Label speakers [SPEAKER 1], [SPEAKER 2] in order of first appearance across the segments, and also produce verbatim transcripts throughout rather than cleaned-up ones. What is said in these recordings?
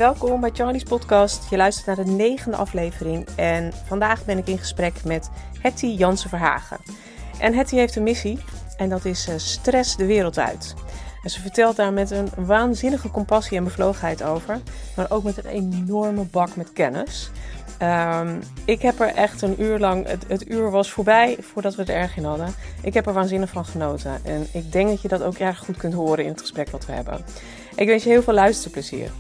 [SPEAKER 1] welkom bij Charlie's podcast. Je luistert naar de negende aflevering en vandaag ben ik in gesprek met Hetty Jansen-Verhagen. En Hetty heeft een missie en dat is uh, stress de wereld uit. En ze vertelt daar met een waanzinnige compassie en bevlogenheid over, maar ook met een enorme bak met kennis. Um, ik heb er echt een uur lang, het, het uur was voorbij voordat we het erg in hadden. Ik heb er waanzinnig van genoten en ik denk dat je dat ook erg goed kunt horen in het gesprek wat we hebben. Ik wens je heel veel luisterplezier.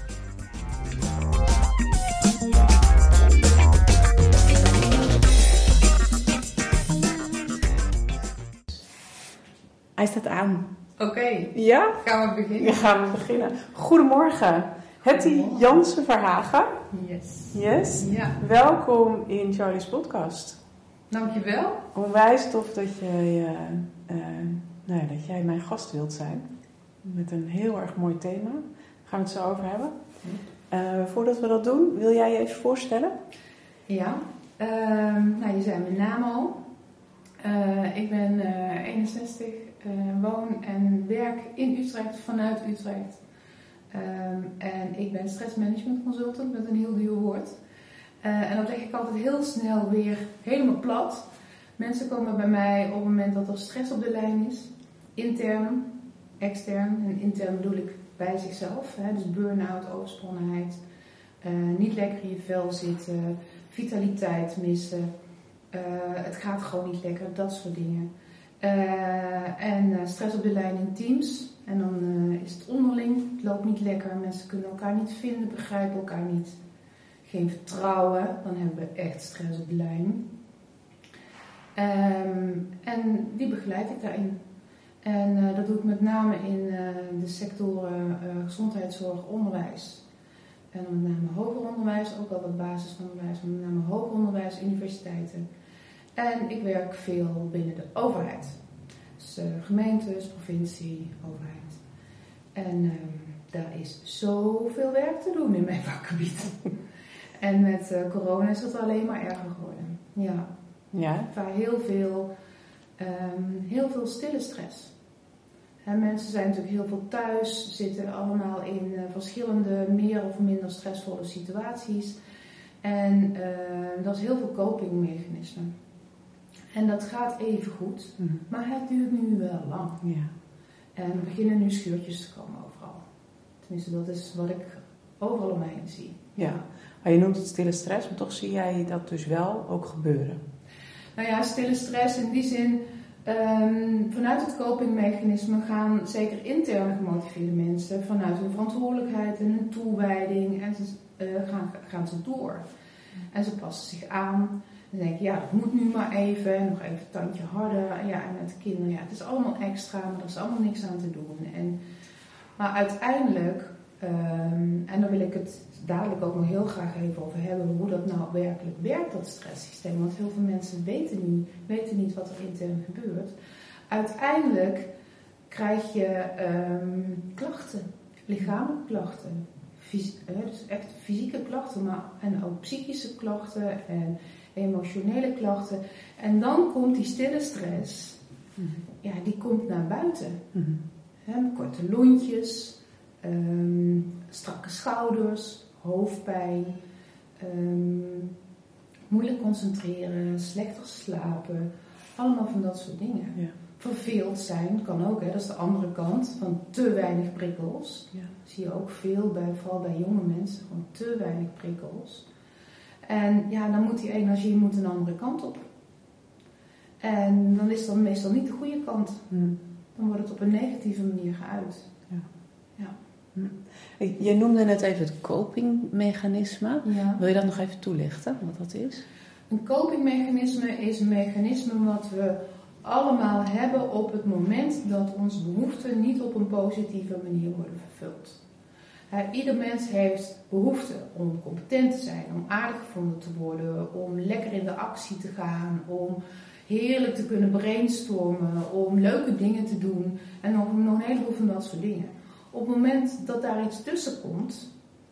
[SPEAKER 1] Hij staat aan.
[SPEAKER 2] Oké, okay.
[SPEAKER 1] Ja?
[SPEAKER 2] Gaan we beginnen?
[SPEAKER 1] Ja, gaan we beginnen. Goedemorgen. Hetty Jansen-Verhagen.
[SPEAKER 2] Yes.
[SPEAKER 1] Yes.
[SPEAKER 2] Ja.
[SPEAKER 1] Welkom in Charlie's podcast.
[SPEAKER 2] Dankjewel.
[SPEAKER 1] Onwijs tof dat, je, uh, uh, nou ja, dat jij mijn gast wilt zijn. Met een heel erg mooi thema. Daar gaan we het zo over hebben. Uh, voordat we dat doen, wil jij je even voorstellen?
[SPEAKER 2] Ja, uh, nou, je zei mijn naam al. Uh, ik ben uh, eenenzestig, uh, woon en werk in Utrecht, vanuit Utrecht. Um, en ik ben stressmanagement consultant met een heel duur woord. Uh, en dat leg ik altijd heel snel weer helemaal plat. Mensen komen bij mij op het moment dat er stress op de lijn is. Intern, extern. En intern bedoel ik bij zichzelf. Hè? Dus burn-out, overspannenheid. Uh, niet lekker in je vel zitten. Vitaliteit missen. Uh, het gaat gewoon niet lekker. Dat soort dingen. Uh, en uh, stress op de lijn in teams. En dan uh, is het onderling. Het loopt niet lekker. Mensen kunnen elkaar niet vinden. Begrijpen elkaar niet. Geen vertrouwen. Dan hebben we echt stress op de lijn. Um, en die begeleid ik daarin. En uh, dat doe ik met name in uh, de sectoren uh, gezondheidszorg, onderwijs. En dan met name hoger onderwijs, ook al wat basisonderwijs, maar met name hoger onderwijs, universiteiten. En ik werk veel binnen de overheid. Dus uh, gemeentes, provincie, overheid. En uh, daar is zoveel werk te doen in mijn vakgebied. En met uh, corona is het alleen maar erger geworden. Ja.
[SPEAKER 1] Ja.
[SPEAKER 2] Vaak heel veel, um, heel veel stille stress. En mensen zijn natuurlijk heel veel thuis, zitten allemaal in uh, verschillende meer of minder stressvolle situaties. En uh, dat is heel veel copingmechanismen. En dat gaat even goed, mm-hmm. maar het duurt nu wel lang.
[SPEAKER 1] Ja.
[SPEAKER 2] En er beginnen nu scheurtjes te komen overal. Tenminste, dat is wat ik overal om mij heen zie.
[SPEAKER 1] Ja, maar je noemt het stille stress, maar toch zie jij dat dus wel ook gebeuren.
[SPEAKER 2] Nou ja, stille stress in die zin, um, vanuit het copingmechanisme gaan zeker intern gemotiveerde mensen vanuit hun verantwoordelijkheid en hun toewijding en ze, uh, gaan, gaan ze door. En ze passen zich aan. Dan denk je, ja, dat moet nu maar even, nog even een tandje harder. Ja, en met de kinderen, ja, het is allemaal extra, maar er is allemaal niks aan te doen. En, maar uiteindelijk, um, en daar wil ik het dadelijk ook nog heel graag even over hebben, hoe dat nou werkelijk werkt, dat stresssysteem. Want heel veel mensen weten niet, weten niet wat er intern gebeurt. Uiteindelijk krijg je um, klachten, lichamelijke klachten. Fysi- hè, dus echt fysieke klachten, maar en ook psychische klachten en emotionele klachten. En dan komt die stille stress, mm-hmm. ja, die komt naar buiten. Mm-hmm. He, korte lontjes, um, strakke schouders, hoofdpijn, um, moeilijk concentreren, slechter slapen. Allemaal van dat soort dingen. Ja. Verveeld zijn kan ook, hè, dat is de andere kant van te weinig prikkels. Ja. Dat zie je ook veel, bij, vooral bij jonge mensen, gewoon te weinig prikkels. En ja, dan moet die energie moet een andere kant op. En dan is dat meestal niet de goede kant. Hmm. Dan wordt het op een negatieve manier geuit.
[SPEAKER 1] Ja.
[SPEAKER 2] Ja.
[SPEAKER 1] Hmm. Je noemde net even het copingmechanisme.
[SPEAKER 2] Ja.
[SPEAKER 1] Wil je dat nog even toelichten, wat dat is?
[SPEAKER 2] Een copingmechanisme is een mechanisme wat we allemaal hebben op het moment dat onze behoeften niet op een positieve manier worden vervuld. He, ieder mens heeft behoefte om competent te zijn, om aardig gevonden te worden, om lekker in de actie te gaan, om heerlijk te kunnen brainstormen, om leuke dingen te doen en nog, nog een heleboel van dat soort dingen. Op het moment dat daar iets tussen komt,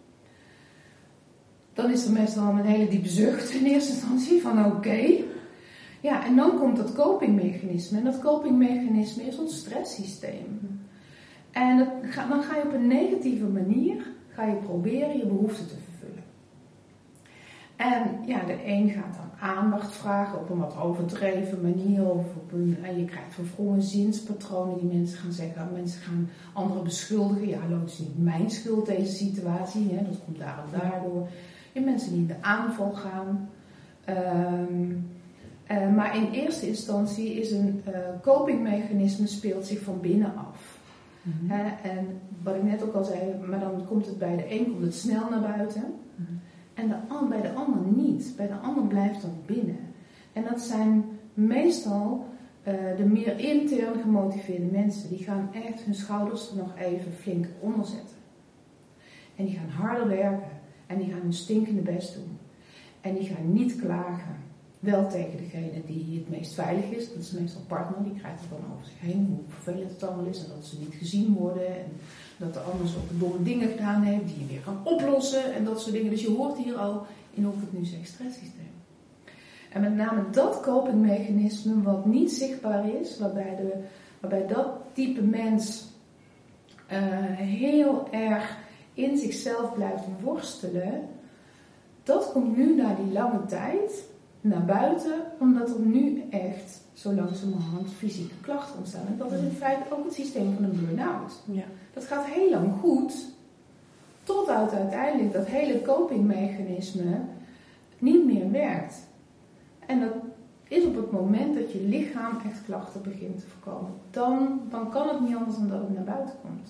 [SPEAKER 2] dan is er meestal een hele diepe zucht in eerste instantie van oké. Okay. Ja, en dan komt dat copingmechanisme. En dat copingmechanisme is ons stresssysteem. En dat, dan ga je op een negatieve manier ga je proberen je behoeften te vervullen. En ja, de een gaat dan aandacht vragen op een wat overdreven manier. Of op een, en je krijgt verwrongen zinspatronen die mensen gaan zeggen. Mensen gaan anderen beschuldigen. Ja, hallo, het is niet mijn schuld deze situatie. Hè, dat komt daar en daardoor. Je hebt mensen die in de aanval gaan. Um, uh, maar in eerste instantie is een uh, copingmechanisme speelt zich van binnen af. Mm-hmm. Hè, en wat ik net ook al zei, maar dan komt het bij de een komt het snel naar buiten. Mm-hmm. En de, bij de ander niet. Bij de ander blijft dat binnen. En dat zijn meestal uh, de meer intern gemotiveerde mensen. Die gaan echt hun schouders er nog even flink onder zetten. En die gaan harder werken. En die gaan hun stinkende best doen. En die gaan niet klagen. Wel tegen degene die het meest veilig is. Dat is meestal partner. Die krijgt het dan over zich heen. Hoe vervelend het allemaal is. En dat ze niet gezien worden. En dat de ander zo domme dingen gedaan heeft. Die je weer gaan oplossen. En dat soort dingen. Dus je hoort hier al in of het nu zegt stresssysteem. En met name dat copingmechanisme wat niet zichtbaar is. Waarbij, de, waarbij dat type mens uh, heel erg in zichzelf blijft worstelen. Dat komt nu na die lange tijd naar buiten, omdat er nu echt zo langzamerhand fysieke klachten ontstaan. En dat is in feite ook het systeem van een burn-out. Ja. Dat gaat heel lang goed, totdat uiteindelijk dat hele copingmechanisme niet meer werkt. En dat is op het moment dat je lichaam echt klachten begint te voorkomen. Dan, dan kan het niet anders dan dat het naar buiten komt.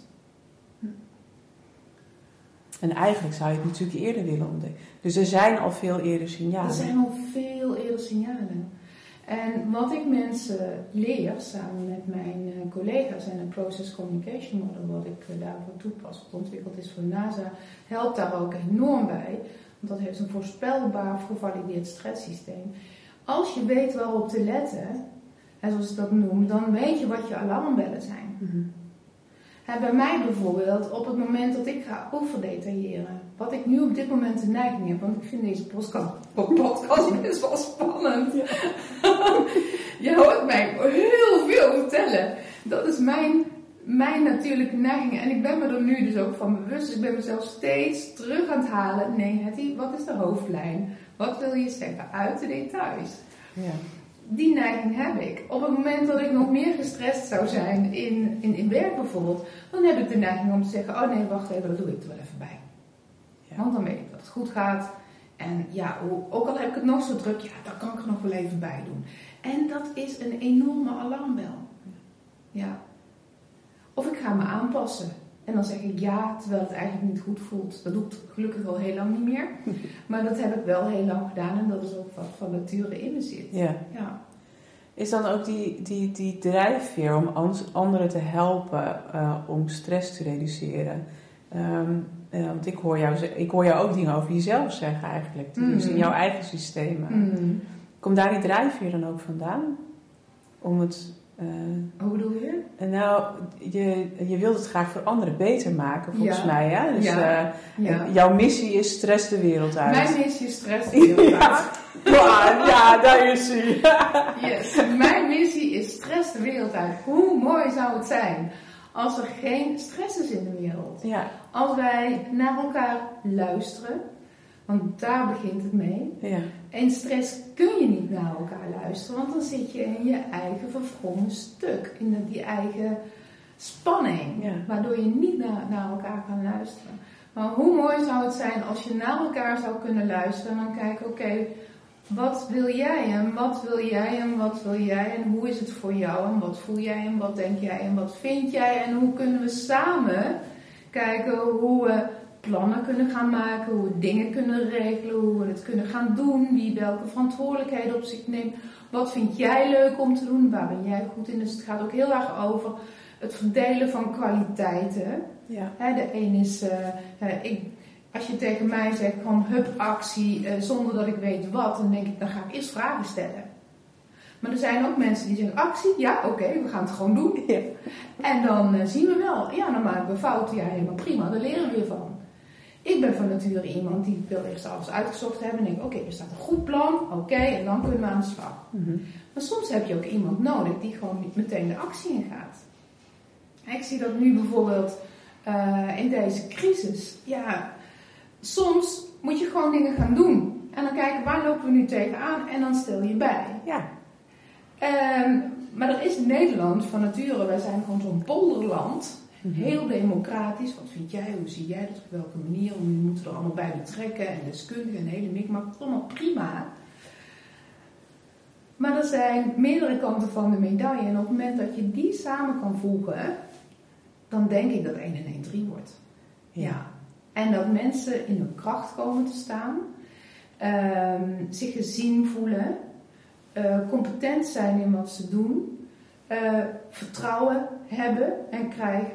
[SPEAKER 1] En eigenlijk zou je het natuurlijk eerder willen ontdekken. Dus er zijn al veel eerder signalen.
[SPEAKER 2] Er zijn al veel eerder signalen. En wat ik mensen leer, samen met mijn uh, collega's en een Process Communication Model, wat ik uh, daarvoor toepas, wat ontwikkeld is voor NASA, helpt daar ook enorm bij. Want dat heeft een voorspelbaar, gevalideerd stresssysteem. Als je weet waarop te letten, en zoals ik dat noem, dan weet je wat je alarmbellen zijn. Mm-hmm. Bij mij bijvoorbeeld, op het moment dat ik ga overdetailleren, wat ik nu op dit moment de neiging heb, want ik vind deze podcast best wel spannend. Ja. Je hoort mij heel veel vertellen. Dat is mijn, mijn natuurlijke neiging. En ik ben me er nu dus ook van bewust. Dus ik ben mezelf steeds terug aan het halen. Nee, Hetty, wat is de hoofdlijn? Wat wil je zeggen uit de details? Ja. Die neiging heb ik. Op het moment dat ik nog meer gestrest zou zijn in, in, in werk bijvoorbeeld, dan heb ik de neiging om te zeggen, oh nee, wacht even, dat doe ik er wel even bij. Ja. Want dan weet ik dat het goed gaat. En ja, ook al heb ik het nog zo druk, ja, daar kan ik er nog wel even bij doen. En dat is een enorme alarmbel. Ja. Of ik ga me aanpassen. En dan zeg ik ja, terwijl het eigenlijk niet goed voelt. Dat doe ik gelukkig al heel lang niet meer. Maar dat heb ik wel heel lang gedaan. En dat is ook wat van nature in me zit.
[SPEAKER 1] Ja. Ja. Is dan ook die, die, die drijfveer om anderen te helpen uh, om stress te reduceren? Um, uh, want ik hoor, jou, ik hoor jou ook dingen over jezelf zeggen eigenlijk. Mm. Dus in jouw eigen systemen. Mm. Komt daar die drijfveer dan ook vandaan? Om het... Uh,
[SPEAKER 2] Hoe bedoel je?
[SPEAKER 1] Nou, je, je wilt het graag voor anderen beter maken, volgens ja. mij. Hè? Dus ja. Uh, ja. jouw missie is stress de wereld uit.
[SPEAKER 2] Mijn missie is stress de wereld uit.
[SPEAKER 1] ja. ja, daar is hij.
[SPEAKER 2] yes. Mijn missie is stress de wereld uit. Hoe mooi zou het zijn als er geen stress is in de wereld? Ja. Als wij naar elkaar luisteren. Want daar begint het mee. Ja. En stress kun je niet naar elkaar luisteren. Want dan zit je in je eigen verwrongen stuk. In die eigen spanning. Ja. Waardoor je niet naar, naar elkaar kan luisteren. Maar hoe mooi zou het zijn als je naar elkaar zou kunnen luisteren. En dan kijken, oké, okay, wat wil jij en wat wil jij en wat wil jij. En hoe is het voor jou en wat voel jij en wat denk jij en wat vind jij. En hoe kunnen we samen kijken hoe we... plannen kunnen gaan maken, hoe we dingen kunnen regelen, hoe we het kunnen gaan doen, wie welke verantwoordelijkheden op zich neemt. Wat vind jij leuk om te doen, waar ben jij goed in? Dus het gaat ook heel erg over het verdelen van kwaliteiten. Ja. He, de een is, uh, ik, als je tegen mij zegt gewoon hup actie, uh, zonder dat ik weet wat, dan denk ik, dan ga ik eerst vragen stellen. Maar er zijn ook mensen die zeggen, actie, ja oké, okay, we gaan het gewoon doen. Ja. En dan uh, zien we wel, ja dan maken we fouten, ja helemaal prima, daar leren we weer van. Ik ben van nature iemand die wil eerst alles uitgezocht hebben en denk, oké, okay, er staat een goed plan, oké, okay, en dan kunnen we aan de slag. Mm-hmm. Maar soms heb je ook iemand nodig die gewoon niet meteen de actie ingaat. Ik zie dat nu bijvoorbeeld uh, in deze crisis. Ja, soms moet je gewoon dingen gaan doen. En dan kijken, waar lopen we nu tegenaan? En dan stel je bij.
[SPEAKER 1] Ja.
[SPEAKER 2] Um, maar er is Nederland van nature, wij zijn gewoon zo'n polderland. Mm-hmm. Heel democratisch. Wat vind jij? Hoe zie jij dat? Op welke manier? We moeten er allemaal bij betrekken. En deskundigen en hele mikmak. Allemaal prima. Maar er zijn meerdere kanten van de medaille. En op het moment dat je die samen kan voegen, dan denk ik dat één en één drie wordt. Ja. ja. En dat mensen in hun kracht komen te staan. Um, zich gezien voelen. Uh, competent zijn in wat ze doen. Uh, vertrouwen hebben en krijgen.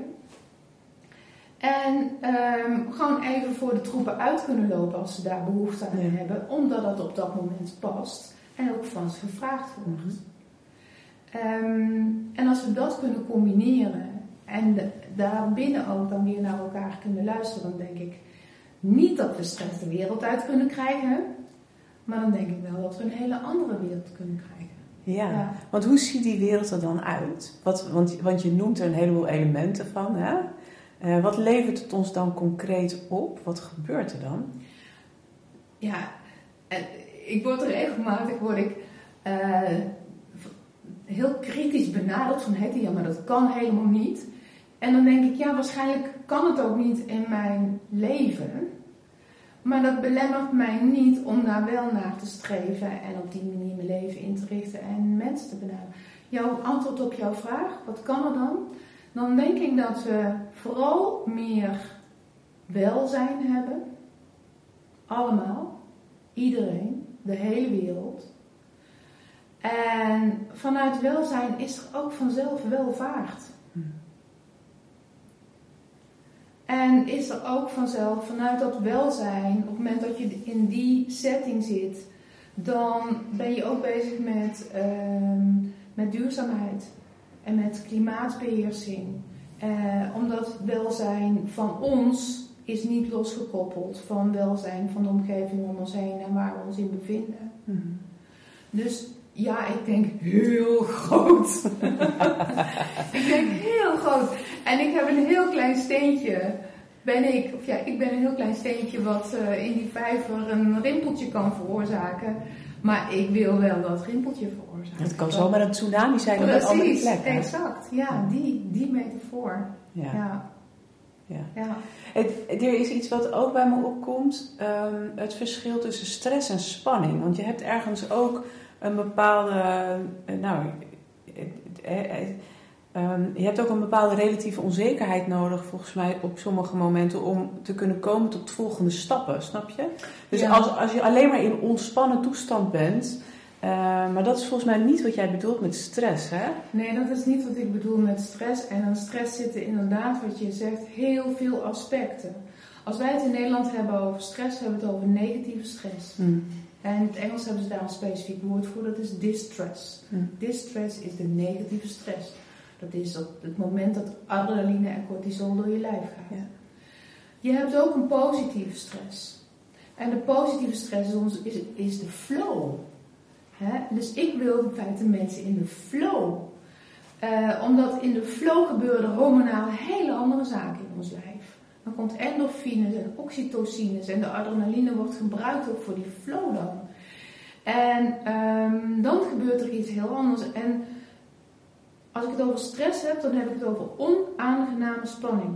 [SPEAKER 2] En um, gewoon even voor de troepen uit kunnen lopen als ze daar behoefte aan ja. hebben. Omdat dat op dat moment past. En ook van ze gevraagd wordt. Mm-hmm. Um, en als we dat kunnen combineren. En de, daarbinnen ook dan weer naar elkaar kunnen luisteren. Dan denk ik niet dat we stress de wereld uit kunnen krijgen. Maar dan denk ik wel dat we een hele andere wereld kunnen krijgen.
[SPEAKER 1] Ja, ja. Want hoe ziet die wereld er dan uit? Wat, want, want je noemt er een heleboel elementen van. Hè? Uh, wat levert het ons dan concreet op? Wat gebeurt er dan?
[SPEAKER 2] Ja, en ik word er regelmatig word ik, uh, heel kritisch benaderd van Hetty, ja, maar dat kan helemaal niet. En dan denk ik, ja, waarschijnlijk kan het ook niet in mijn leven. Maar dat belemmert mij niet om daar wel naar te streven en op die manier mijn leven in te richten en mensen te benaderen. Jouw antwoord op jouw vraag, wat kan er dan? Dan denk ik dat we vooral meer welzijn hebben. Allemaal. Iedereen. De hele wereld. En vanuit welzijn is er ook vanzelf welvaart. Hmm. En is er ook vanzelf, vanuit dat welzijn, op het moment dat je in die setting zit, dan ben je ook bezig met, uh, met duurzaamheid en met klimaatbeheersing. Uh, omdat welzijn van ons is niet losgekoppeld van welzijn van de omgeving om ons heen en waar we ons in bevinden. Mm-hmm. Dus ja, ik denk heel groot. ik denk heel groot. En ik heb een heel klein steentje, ben ik, of ja, ik ben een heel klein steentje wat uh, in die vijver een rimpeltje kan veroorzaken. Maar ik wil wel dat rimpeltje veroorzaken.
[SPEAKER 1] Het kan zomaar een tsunami zijn op een andere plek.
[SPEAKER 2] Precies, exact. Ja, die, die metafoor.
[SPEAKER 1] Ja.
[SPEAKER 2] ja.
[SPEAKER 1] ja. ja. Het, er is iets wat ook bij me opkomt. Um, het verschil tussen stress en spanning. Want je hebt ergens ook een bepaalde, nou, um, je hebt ook een bepaalde relatieve onzekerheid nodig, volgens mij, op sommige momenten, om te kunnen komen tot volgende stappen, snap je? Dus ja. als, als je alleen maar in ontspannen toestand bent, uh, maar dat is volgens mij niet wat jij bedoelt met stress, hè?
[SPEAKER 2] Nee, dat is niet wat ik bedoel met stress. En aan stress zitten inderdaad, wat je zegt, heel veel aspecten. Als wij het in Nederland hebben over stress, hebben we het over negatieve stress. Hmm. En in het Engels hebben ze daar een specifiek woord voor, dat is distress. Hmm. Distress is de negatieve stress. Dat is op het moment dat adrenaline en cortisol door je lijf gaat. Ja. Je hebt ook een positieve stress. En de positieve stress is, is, is de flow. He? Dus ik wil in feite mensen in de flow. Uh, omdat in de flow gebeuren hormonaal hele andere zaken in ons lijf. Dan komt endorfines en oxytocines en de adrenaline wordt gebruikt ook voor die flow dan. En um, dan gebeurt er iets heel anders. En als ik het over stress heb, dan heb ik het over onaangename spanning.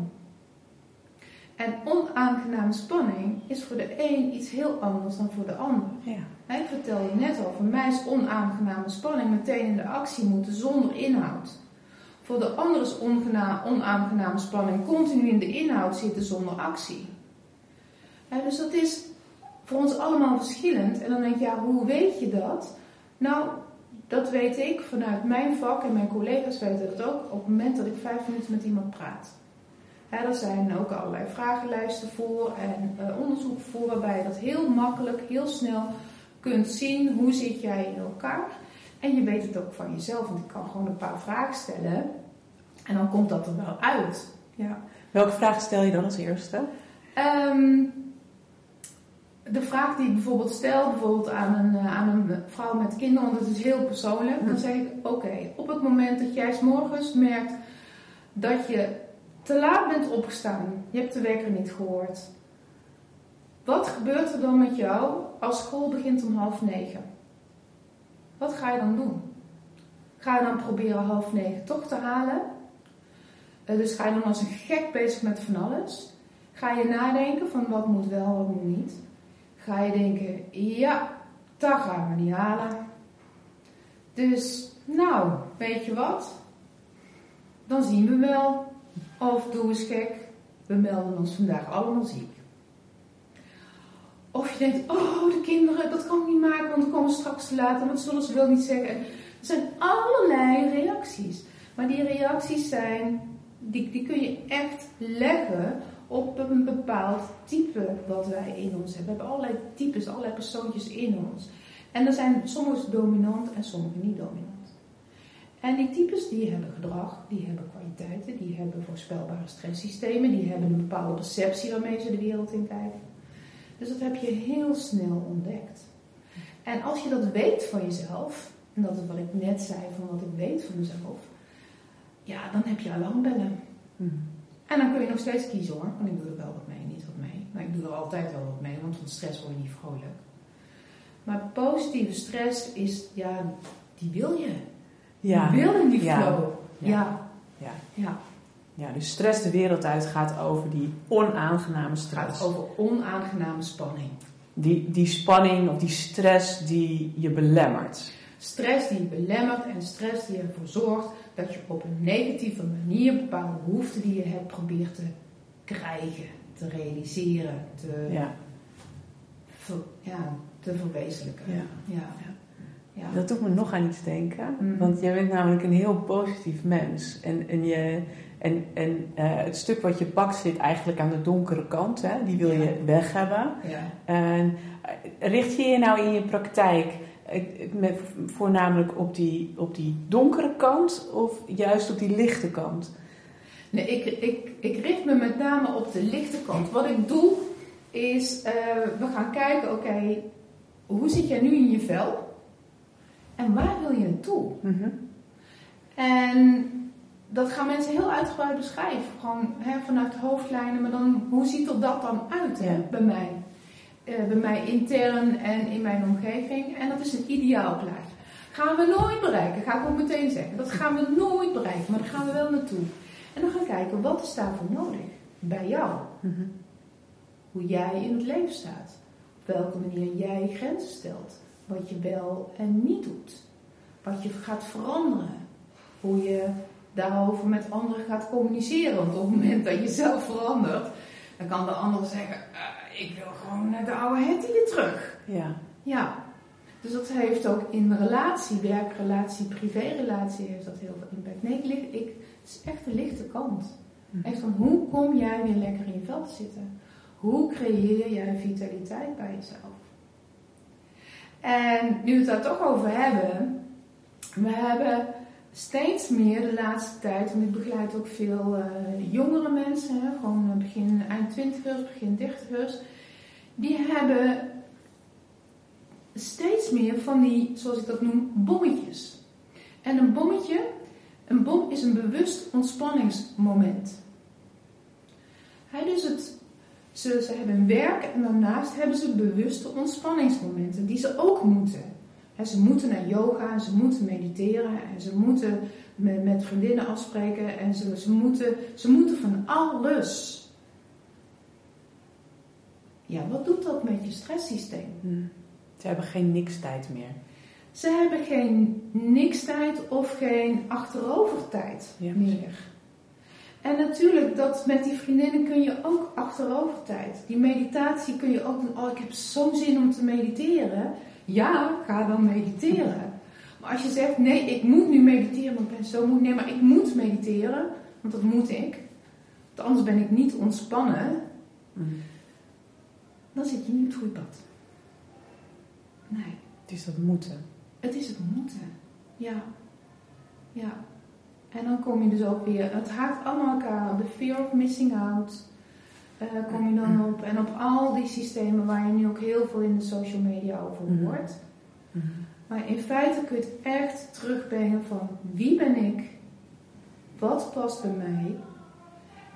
[SPEAKER 2] En onaangename spanning is voor de een iets heel anders dan voor de ander. Ja. Ik vertelde net al, voor mij is onaangename spanning meteen in de actie moeten zonder inhoud. Voor de ander is ongena- onaangename spanning continu in de inhoud zitten zonder actie. Ja, dus dat is voor ons allemaal verschillend. En dan denk je, ja, hoe weet je dat? Nou, dat weet ik vanuit mijn vak en mijn collega's weten dat ook op het moment dat ik vijf minuten met iemand praat. Ja, er zijn ook allerlei vragenlijsten voor en uh, onderzoeken voor waarbij je dat heel makkelijk, heel snel kunt zien. Hoe zit jij in elkaar? En je weet het ook van jezelf, want ik kan gewoon een paar vragen stellen en dan komt dat er wel uit. Ja.
[SPEAKER 1] Welke vraag stel je dan als eerste?
[SPEAKER 2] Um, de vraag die ik bijvoorbeeld stel, bijvoorbeeld aan een, aan een vrouw met kinderen, want dat is heel persoonlijk. Dan zeg ik, oké, okay, op het moment dat jij 's morgens merkt dat je te laat bent opgestaan. Je hebt de wekker niet gehoord. Wat gebeurt er dan met jou als school begint om half negen? Wat ga je dan doen? Ga je dan proberen half negen toch te halen? Uh, dus ga je dan als een gek bezig met van alles? Ga je nadenken van wat moet wel, wat moet niet? Ga je denken, ja, dat gaan we niet halen. Dus, nou, weet je wat? Dan zien we wel. Of doe eens gek, we melden ons vandaag allemaal ziek. Of je denkt, oh, de kinderen, dat kan ik niet maken, want dan komen ze straks te laat en dat zullen ze wel niet zeggen. Er zijn allerlei reacties. Maar die reacties zijn, die, die kun je echt leggen op een bepaald type wat wij in ons hebben. We hebben allerlei types, allerlei persoontjes in ons. En er zijn sommige dominant en sommige niet dominant. En die types die hebben gedrag, die hebben kwaliteiten, die hebben voorspelbare stresssystemen, die hebben een bepaalde perceptie waarmee ze de wereld in kijken. Dus dat heb je heel snel ontdekt. En als je dat weet van jezelf, en dat is wat ik net zei van wat ik weet van mezelf, ja, dan heb je alarmbellen. Mm. En dan kun je nog steeds kiezen hoor, want ik doe er wel wat mee, niet wat mee. Maar ik doe er altijd wel wat mee, want van stress word je niet vrolijk. Maar positieve stress is, ja, die wil je.
[SPEAKER 1] Ja.
[SPEAKER 2] Je wil in die
[SPEAKER 1] ja.
[SPEAKER 2] flow. Ja.
[SPEAKER 1] Ja.
[SPEAKER 2] Ja. ja.
[SPEAKER 1] Ja, dus stress de wereld uit gaat over die onaangename stress.
[SPEAKER 2] Het gaat over onaangename spanning.
[SPEAKER 1] Die, die spanning of die stress die je belemmert.
[SPEAKER 2] Stress die je belemmert en stress die ervoor zorgt dat je op een negatieve manier bepaalde behoeften die je hebt probeert te krijgen, te realiseren, te,
[SPEAKER 1] ja.
[SPEAKER 2] ver, ja, te verwezenlijken.
[SPEAKER 1] Ja.
[SPEAKER 2] Ja. Ja. Ja.
[SPEAKER 1] Dat doet me nog aan iets denken.
[SPEAKER 2] Mm.
[SPEAKER 1] Want jij bent namelijk een heel positief mens. En, en, je, en, en uh, het stuk wat je pakt zit eigenlijk aan de donkere kant. Hè? Die wil je ja. weg hebben.
[SPEAKER 2] Ja.
[SPEAKER 1] En richt je je nou in je praktijk met, voornamelijk op die, op die donkere kant of juist op die lichte kant?
[SPEAKER 2] Nee, ik, ik, ik richt me met name op de lichte kant. Wat ik doe is, uh, we gaan kijken, oké, okay, hoe zit jij nu in je vel? En waar wil je naartoe?
[SPEAKER 1] Mm-hmm. En
[SPEAKER 2] dat gaan mensen heel uitgebreid beschrijven. Gewoon hè, vanuit de hoofdlijnen. Maar dan, hoe ziet er dat dan uit hè, ja. bij mij? Uh, bij mij intern en in mijn omgeving. En dat is een ideaal plaatje. Gaan we nooit bereiken, ga ik ook meteen zeggen. Dat gaan we nooit bereiken, maar daar gaan we wel naartoe. En dan gaan we kijken, wat is daarvoor nodig? Bij jou.
[SPEAKER 1] Mm-hmm.
[SPEAKER 2] Hoe jij in het leven staat. Op welke manier jij grenzen stelt. Wat je wel en niet doet. Wat je gaat veranderen. Hoe je daarover met anderen gaat communiceren. Want op het moment dat je zelf verandert, dan kan de ander zeggen, uh, ik wil gewoon naar de oude Hetty weer terug.
[SPEAKER 1] Ja.
[SPEAKER 2] Ja. Dus dat heeft ook in de relatie, werkrelatie, privérelatie, heeft dat heel veel impact. Nee, ik, ik, het is echt de lichte kant. Mm. Echt van, hoe kom jij weer lekker in je vel te zitten? Hoe creëer jij vitaliteit bij jezelf? En nu we het daar toch over hebben, we hebben steeds meer de laatste tijd, want ik begeleid ook veel uh, jongere mensen, hè, gewoon begin eind twintigers, begin dertigers, die hebben steeds meer van die, zoals ik dat noem, bommetjes. En een bommetje, een bom is een bewust ontspanningsmoment. He, dus het, ze, ze hebben een werk en daarnaast hebben ze bewuste ontspanningsmomenten die ze ook moeten. He, ze moeten naar yoga en ze moeten mediteren en ze moeten met, met vriendinnen afspreken en ze, ze, moeten, ze moeten van alles. Ja, wat doet dat met je stresssysteem?
[SPEAKER 1] Hmm. Ze hebben geen niks-tijd meer.
[SPEAKER 2] Ze hebben geen niks-tijd of geen achterovertijd ja. meer. En natuurlijk, dat met die vriendinnen kun je ook achterovertijd. Die meditatie kun je ook doen. Oh, ik heb zo'n zin om te mediteren. Ja, ga dan mediteren. Maar als je zegt, nee, ik moet nu mediteren, want ik ben zo moe. Nee, maar ik moet mediteren, want dat moet ik. Want anders ben ik niet ontspannen.
[SPEAKER 1] Mm.
[SPEAKER 2] Dan zit je niet op het goede pad. Nee.
[SPEAKER 1] Het is dat moeten.
[SPEAKER 2] Het is het moeten. Ja. Ja. En dan kom je dus ook weer, het haakt allemaal elkaar op. De fear of missing out. Uh, kom je dan op. En op al die systemen waar je nu ook heel veel in de social media over hoort.
[SPEAKER 1] Mm-hmm.
[SPEAKER 2] Maar in feite kun je het echt terugbrengen van wie ben ik? Wat past bij mij?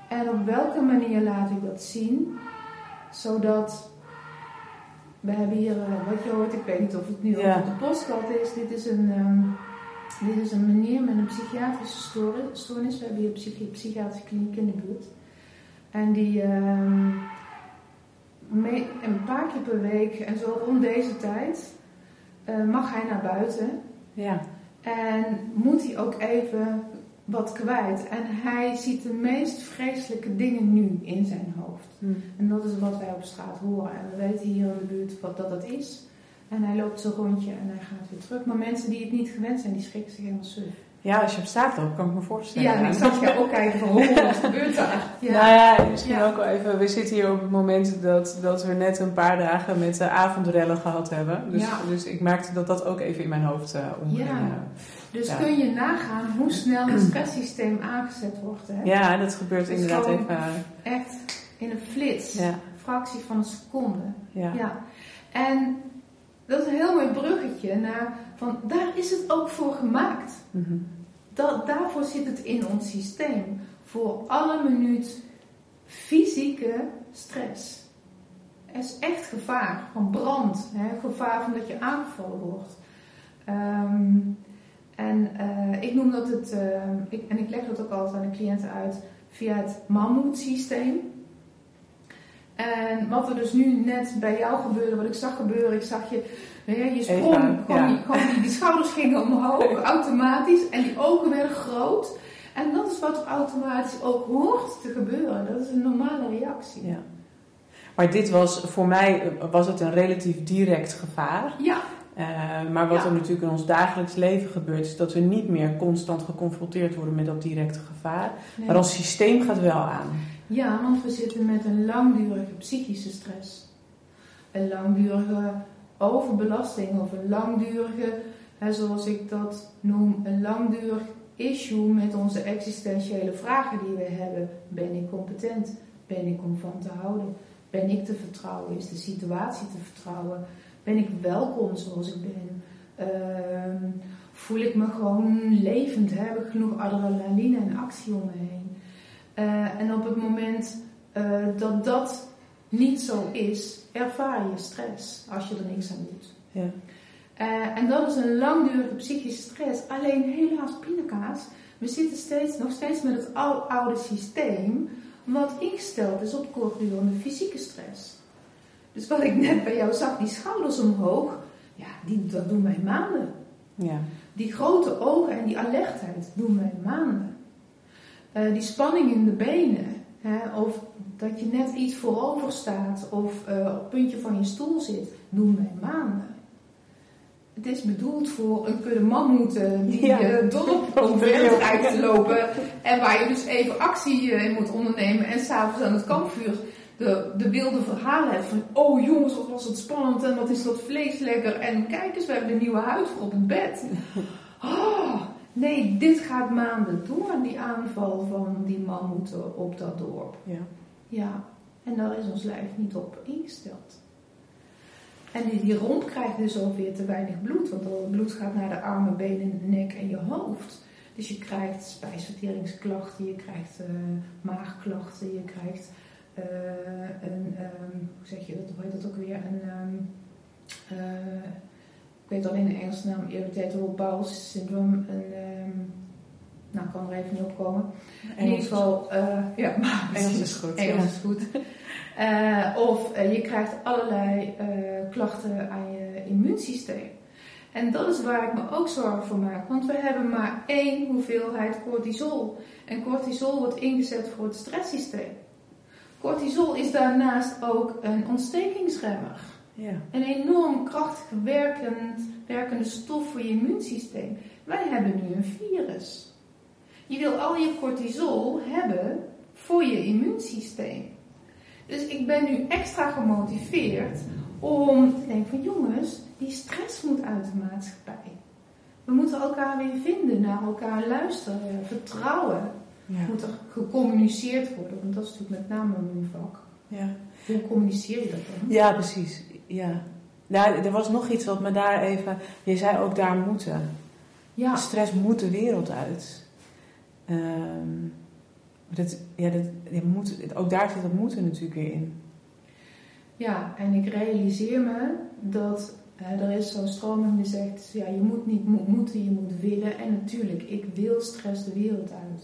[SPEAKER 2] En op welke manier laat ik dat zien? Zodat, we hebben hier, uh, wat je hoort, ik weet niet of het nu ja. op de postcard is. Dit is een, um, dit is een meneer met een psychiatrische stoornis. We hebben hier een psychi- psychiatrische kliniek in de buurt. En die um, mee, een paar keer per week en zo rond deze tijd uh, mag hij naar buiten.
[SPEAKER 1] Ja.
[SPEAKER 2] En moet hij ook even wat kwijt. En hij ziet de meest vreselijke dingen nu in zijn hoofd. Hmm. En dat is wat wij op straat horen. En we weten hier in de buurt wat dat het is. En hij loopt zijn rondje en hij gaat weer terug. Maar mensen die het niet gewend zijn, die schrikken zich helemaal suf.
[SPEAKER 1] Ja, als je op straat loopt, kan ik me voorstellen.
[SPEAKER 2] Ja, en ik zag je ook kijken van, hoe wat gebeurt daar? Ja.
[SPEAKER 1] Nou ja, en misschien ja. ook wel even, we zitten hier op het moment dat, dat we net een paar dagen met de avondrellen gehad hebben. Dus, ja. dus ik merkte dat dat ook even in mijn hoofd uh, omging.
[SPEAKER 2] Ja. Dus ja. kun je nagaan hoe snel het stresssysteem aangezet wordt. Hè?
[SPEAKER 1] Ja, dat gebeurt
[SPEAKER 2] dus
[SPEAKER 1] inderdaad even.
[SPEAKER 2] Echt in een flits, ja. een fractie van een seconde.
[SPEAKER 1] Ja.
[SPEAKER 2] ja. En dat is een heel mooi bruggetje naar, van daar is het ook voor gemaakt.
[SPEAKER 1] Mm-hmm.
[SPEAKER 2] Dat, daarvoor zit het in ons systeem. Voor alle minuut fysieke stress. Er is echt gevaar van brand. Hè? Gevaar van dat je aangevallen wordt. Um, en uh, ik noem dat het, uh, ik, en ik leg dat ook altijd aan de cliënten uit, via het mammoetsysteem. En wat er dus nu net bij jou gebeurde, wat ik zag gebeuren, ik zag je, je sprong,
[SPEAKER 1] Eva,
[SPEAKER 2] gewoon,
[SPEAKER 1] ja.
[SPEAKER 2] die, gewoon die, die schouders gingen omhoog, automatisch, en die ogen werden groot. En dat is wat er automatisch ook hoort te gebeuren. Dat is een normale reactie.
[SPEAKER 1] Ja. Maar dit was, voor mij was het een relatief direct gevaar.
[SPEAKER 2] Ja.
[SPEAKER 1] Uh, maar wat
[SPEAKER 2] ja.
[SPEAKER 1] er natuurlijk in ons dagelijks leven gebeurt, is dat we niet meer constant geconfronteerd worden met dat directe gevaar. Nee. Maar ons systeem gaat wel aan.
[SPEAKER 2] Ja, want we zitten met een langdurige psychische stress. Een langdurige overbelasting of een langdurige, hè, zoals ik dat noem, een langdurig issue met onze existentiële vragen die we hebben. Ben ik competent? Ben ik om van te houden? Ben ik te vertrouwen? Is de situatie te vertrouwen? Ben ik welkom zoals ik ben? Uh, voel ik me gewoon levend? Heb ik genoeg adrenaline en actie om me heen? Uh, en op het moment uh, dat dat niet zo is, ervaar je stress als je er niks aan doet.
[SPEAKER 1] Ja.
[SPEAKER 2] Uh, en dat is een langdurige psychische stress. Alleen helaas pindakaas, we zitten steeds, nog steeds met het oude, oude systeem wat ingesteld is op kortdurende fysieke stress. Dus wat ik net bij jou zag, die schouders omhoog, ja, die, dat doen wij maanden.
[SPEAKER 1] Ja.
[SPEAKER 2] Die grote ogen en die alertheid doen wij maanden. Uh, die spanning in de benen, hè, of dat je net iets voorover staat of uh, op het puntje van je stoel zit, doen wij maanden. Het is bedoeld voor een kudde mammoeten die ja. uh, dorp overeind rijdt te lopen en waar je dus even actie uh, in moet ondernemen en s'avonds aan het kampvuur de, de wilde verhalen hebt van, oh jongens, wat was het spannend en wat is dat vlees lekker en kijk eens, we hebben de nieuwe huid voor op het bed. Oh, nee, dit gaat maanden door, die aanval van die mammoeten op dat dorp.
[SPEAKER 1] Ja.
[SPEAKER 2] Ja, en daar is ons lijf niet op ingesteld. En die, die romp krijgt dus ook weer te weinig bloed, want al het bloed gaat naar de armen, benen, nek en je hoofd. Dus je krijgt spijsverteringsklachten, je krijgt uh, maagklachten, je krijgt uh, een, um, hoe zeg je dat, hoe heet dat ook weer, een, um, uh, ik weet alleen de Engelse naam, irritable bowel syndrome, een, um, nou ik kan er even niet op komen. In ieder geval, uh, ja, maar
[SPEAKER 1] Engels is goed.
[SPEAKER 2] Engels
[SPEAKER 1] ja.
[SPEAKER 2] is goed. Uh, of uh, je krijgt allerlei uh, klachten aan je immuunsysteem. En dat is waar ik me ook zorgen voor maak. Want we hebben maar één hoeveelheid cortisol. En cortisol wordt ingezet voor het stresssysteem. Cortisol is daarnaast ook een ontstekingsremmer.
[SPEAKER 1] Ja.
[SPEAKER 2] Een enorm krachtig werkend, werkende stof voor je immuunsysteem. Wij hebben nu een virus. Je wil al je cortisol hebben voor je immuunsysteem. Dus ik ben nu extra gemotiveerd om te denken van jongens, die stress moet uit de maatschappij. We moeten elkaar weer vinden, naar elkaar luisteren, vertrouwen.
[SPEAKER 1] Ja.
[SPEAKER 2] Moet er gecommuniceerd worden, want dat is natuurlijk met name mijn vak.
[SPEAKER 1] Ja.
[SPEAKER 2] Hoe communiceer je dat dan?
[SPEAKER 1] Ja, precies. Ja. Nou, er was nog iets wat me daar even... Je zei ook daar moeten.
[SPEAKER 2] Ja.
[SPEAKER 1] Stress moet de wereld uit. Um, Dat, ja, dat, je moet, ook daar zit dat moeten natuurlijk weer in.
[SPEAKER 2] Ja, en ik realiseer me dat uh, er is zo'n stroming die zegt, ja, je moet niet mo- moeten, je moet willen. En natuurlijk, ik wil stress de wereld uit.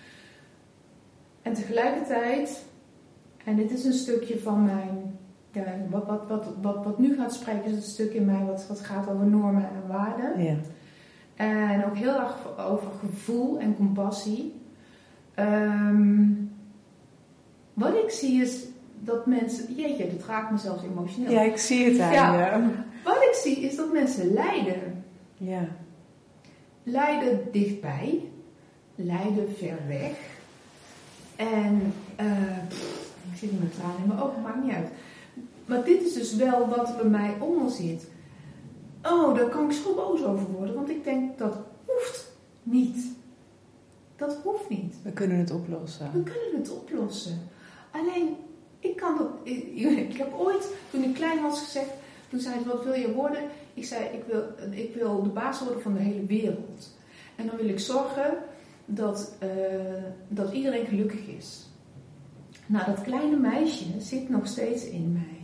[SPEAKER 2] En tegelijkertijd, en dit is een stukje van mijn, ja, wat, wat, wat, wat, wat nu gaat spreken, is het stuk in mij wat, wat gaat over normen en waarden.
[SPEAKER 1] Ja.
[SPEAKER 2] En ook heel erg over gevoel en compassie. Um, wat ik zie is dat mensen, jeetje, dat raakt me zelfs emotioneel.
[SPEAKER 1] Ja, ik zie het aan
[SPEAKER 2] ja,
[SPEAKER 1] je.
[SPEAKER 2] Wat ik zie is dat mensen lijden.
[SPEAKER 1] Ja.
[SPEAKER 2] Lijden dichtbij, lijden ver weg. En uh, pff, ik zit met tranen in mijn ogen, maakt niet uit. Maar dit is dus wel wat er bij mij onder zit. Oh, daar kan ik zo boos over worden, want ik denk dat hoeft niet. Dat hoeft niet.
[SPEAKER 1] We kunnen het oplossen.
[SPEAKER 2] We kunnen het oplossen. Alleen, ik kan dat... Ik, ik heb ooit, toen ik klein was, gezegd... Toen zei ze, wat wil je worden? Ik zei, ik wil, ik wil de baas worden van de hele wereld. En dan wil ik zorgen dat, uh, dat iedereen gelukkig is. Nou, dat kleine meisje zit nog steeds in mij.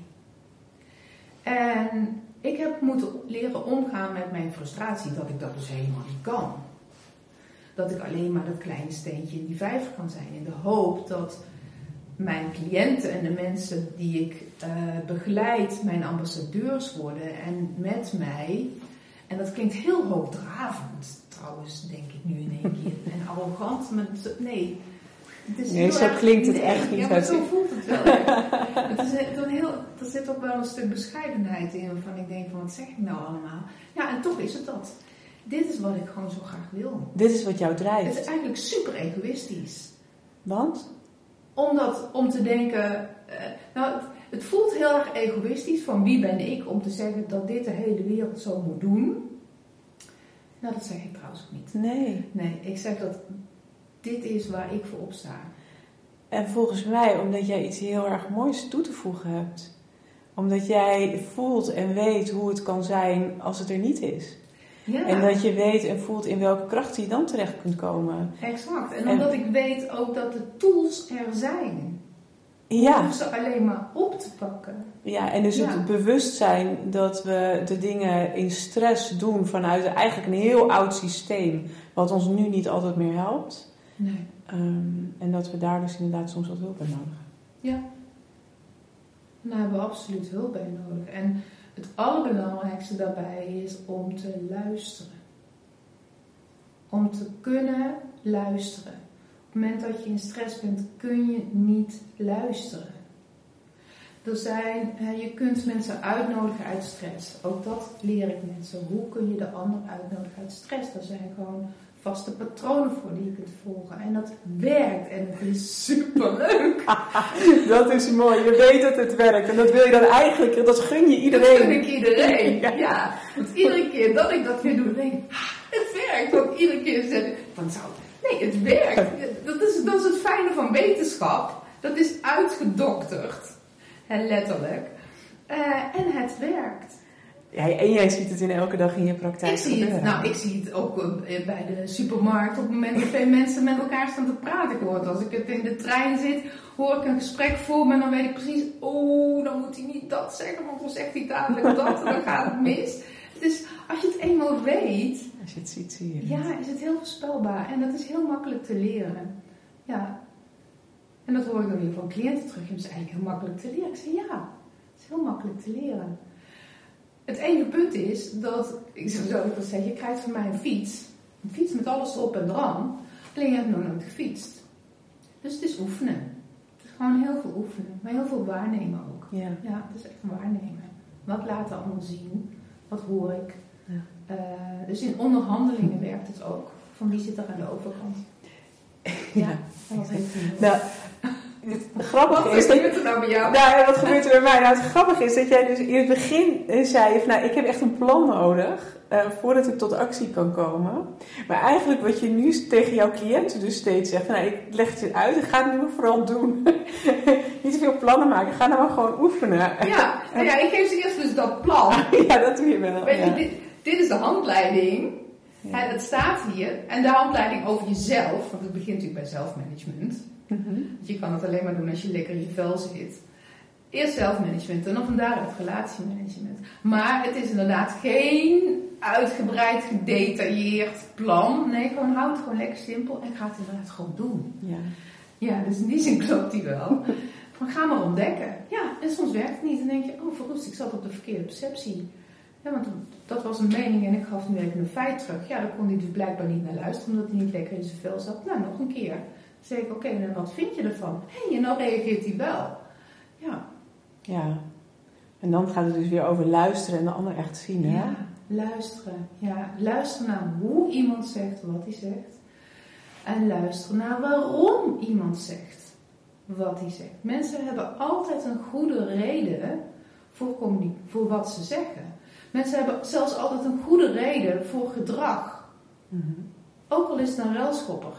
[SPEAKER 2] En ik heb moeten leren omgaan met mijn frustratie dat ik dat dus helemaal niet kan. Dat ik alleen maar dat kleine steentje in die vijver kan zijn. In de hoop dat mijn cliënten en de mensen die ik uh, begeleid mijn ambassadeurs worden. En met mij, en dat klinkt heel hoogdravend trouwens, denk ik nu in één keer. En arrogant, maar nee. Het is
[SPEAKER 1] nee, zo erg, klinkt het nee, echt niet.
[SPEAKER 2] Ja, maar zo voelt het wel. Het is een, heel, er zit ook wel een stuk bescheidenheid in waarvan ik denk van wat zeg ik nou allemaal. Ja, en toch is het dat. Dit is wat ik gewoon zo graag wil.
[SPEAKER 1] Dit is wat jou drijft.
[SPEAKER 2] Het is eigenlijk super egoïstisch.
[SPEAKER 1] Want?
[SPEAKER 2] Omdat, om te denken... Uh, nou, het, het voelt heel erg egoïstisch van wie ben ik om te zeggen dat dit de hele wereld zo moet doen. Nou, dat zeg ik trouwens ook niet.
[SPEAKER 1] Nee.
[SPEAKER 2] Nee, ik zeg dat dit is waar ik voor opsta.
[SPEAKER 1] En volgens mij, omdat jij iets heel erg moois toe te voegen hebt. Omdat jij voelt en weet hoe het kan zijn als het er niet is. Ja. En dat je weet en voelt in welke kracht je dan terecht kunt komen.
[SPEAKER 2] Exact. En omdat en, ik weet ook dat de tools er zijn.
[SPEAKER 1] Ja.
[SPEAKER 2] Om ze alleen maar op te pakken.
[SPEAKER 1] Ja, en dus ja. het bewustzijn dat we de dingen in stress doen vanuit eigenlijk een heel oud systeem. Wat ons nu niet altijd meer helpt.
[SPEAKER 2] Nee.
[SPEAKER 1] Um, en dat we daar dus inderdaad soms wat hulp bij nodig hebben.
[SPEAKER 2] Ja. Daar hebben we absoluut hulp bij nodig. En het allerbelangrijkste daarbij is om te luisteren. Om te kunnen luisteren. Op het moment dat je in stress bent, kun je niet luisteren. Er zijn, je kunt mensen uitnodigen uit stress. Ook dat leer ik mensen. Hoe kun je de ander uitnodigen uit stress? Er zijn gewoon vaste patronen voor die je kunt volgen. En dat werkt. En het is superleuk.
[SPEAKER 1] Dat is mooi. Je weet dat het werkt. En dat wil je dan eigenlijk, dat gun je iedereen.
[SPEAKER 2] Dat gun ik iedereen. Ja. ja. Want iedere keer dat ik dat weer doe, denk ik, het werkt. Want iedere keer zeg ik, van zou nee, het werkt. Dat is, dat is het fijne van wetenschap. Dat is uitgedokterd. En letterlijk. Uh, en het werkt.
[SPEAKER 1] Ja, en jij ziet het in elke dag in je praktijk.
[SPEAKER 2] Ik zie het, nou, ik zie het ook uh, bij de supermarkt. Op het moment dat twee mensen met elkaar staan te praten. Ik hoor het als ik het in de trein zit, hoor ik een gesprek voor me en dan weet ik precies, oh, dan moet hij niet dat zeggen, want dan zegt hij dadelijk dat en dan gaat het mis. Dus als je het eenmaal weet,
[SPEAKER 1] als je het ziet, zie je het.
[SPEAKER 2] Ja, is het heel voorspelbaar en dat is heel makkelijk te leren. Ja. En dat hoor ik dan weer van cliënten terug. Het is eigenlijk heel makkelijk te leren. Ik zeg ja, het is heel makkelijk te leren. Het enige punt is dat, ik zou zo wel zeggen, je krijgt van mij een fiets. Een fiets met alles erop en eraan. Alleen je hebt nog nooit gefietst. Dus het is oefenen. Het is gewoon heel veel oefenen. Maar heel veel waarnemen ook.
[SPEAKER 1] Ja,
[SPEAKER 2] ja het is echt waarnemen. Wat laat de ander zien? Wat hoor ik?
[SPEAKER 1] Ja.
[SPEAKER 2] Uh, dus in onderhandelingen werkt het ook. Van wie zit er aan de overkant? Ja, dat was heel veel.
[SPEAKER 1] Nou, het grappige
[SPEAKER 2] wat
[SPEAKER 1] is dat
[SPEAKER 2] gebeurt er nou bij jou?
[SPEAKER 1] Nou, wat gebeurt er bij mij? Nou, het grappige is dat jij dus in het begin zei van, nou, ik heb echt een plan nodig uh, voordat ik tot actie kan komen. Maar eigenlijk wat je nu tegen jouw cliënten dus steeds zegt, van, nou, ik leg het uit, ik ga het nu maar vooral doen. Niet zoveel plannen maken, ga nou maar gewoon oefenen.
[SPEAKER 2] Ja, nou ja, ik geef ze eerst dus dat plan.
[SPEAKER 1] Ja, dat doe je wel.
[SPEAKER 2] Weet je,
[SPEAKER 1] ja.
[SPEAKER 2] dit, dit is de handleiding. Ja. Het staat hier. En de handleiding over jezelf, want het begint natuurlijk bij zelfmanagement. Mm-hmm. Want je kan het alleen maar doen als je lekker in je vel zit. Eerst zelfmanagement en dan van daaruit relatiemanagement. Maar het is inderdaad geen uitgebreid, gedetailleerd plan. Nee, gewoon houd het gewoon lekker simpel en ga het inderdaad gewoon doen.
[SPEAKER 1] Ja,
[SPEAKER 2] ja dus in die zin klopt die wel. Van ga maar ontdekken. Ja, en soms werkt het niet. Dan denk je, oh verroest, ik zat op de verkeerde perceptie. Ja, want dat was een mening en ik gaf nu even een feit terug. Ja, dan kon hij dus blijkbaar niet naar luisteren, omdat hij niet lekker in zijn vel zat. Nou, nog een keer. Dan zeg ik, oké, okay, wat vind je ervan? Hé, hey, en nou reageert hij wel. Ja.
[SPEAKER 1] Ja. En dan gaat het dus weer over luisteren en de ander echt zien, hè?
[SPEAKER 2] Ja, luisteren. Ja, luisteren naar hoe iemand zegt wat hij zegt. En luisteren naar waarom iemand zegt wat hij zegt. Mensen hebben altijd een goede reden voor, communi- voor wat ze zeggen. Mensen hebben zelfs altijd een goede reden voor gedrag. Mm-hmm. Ook al is het een ruilschopper.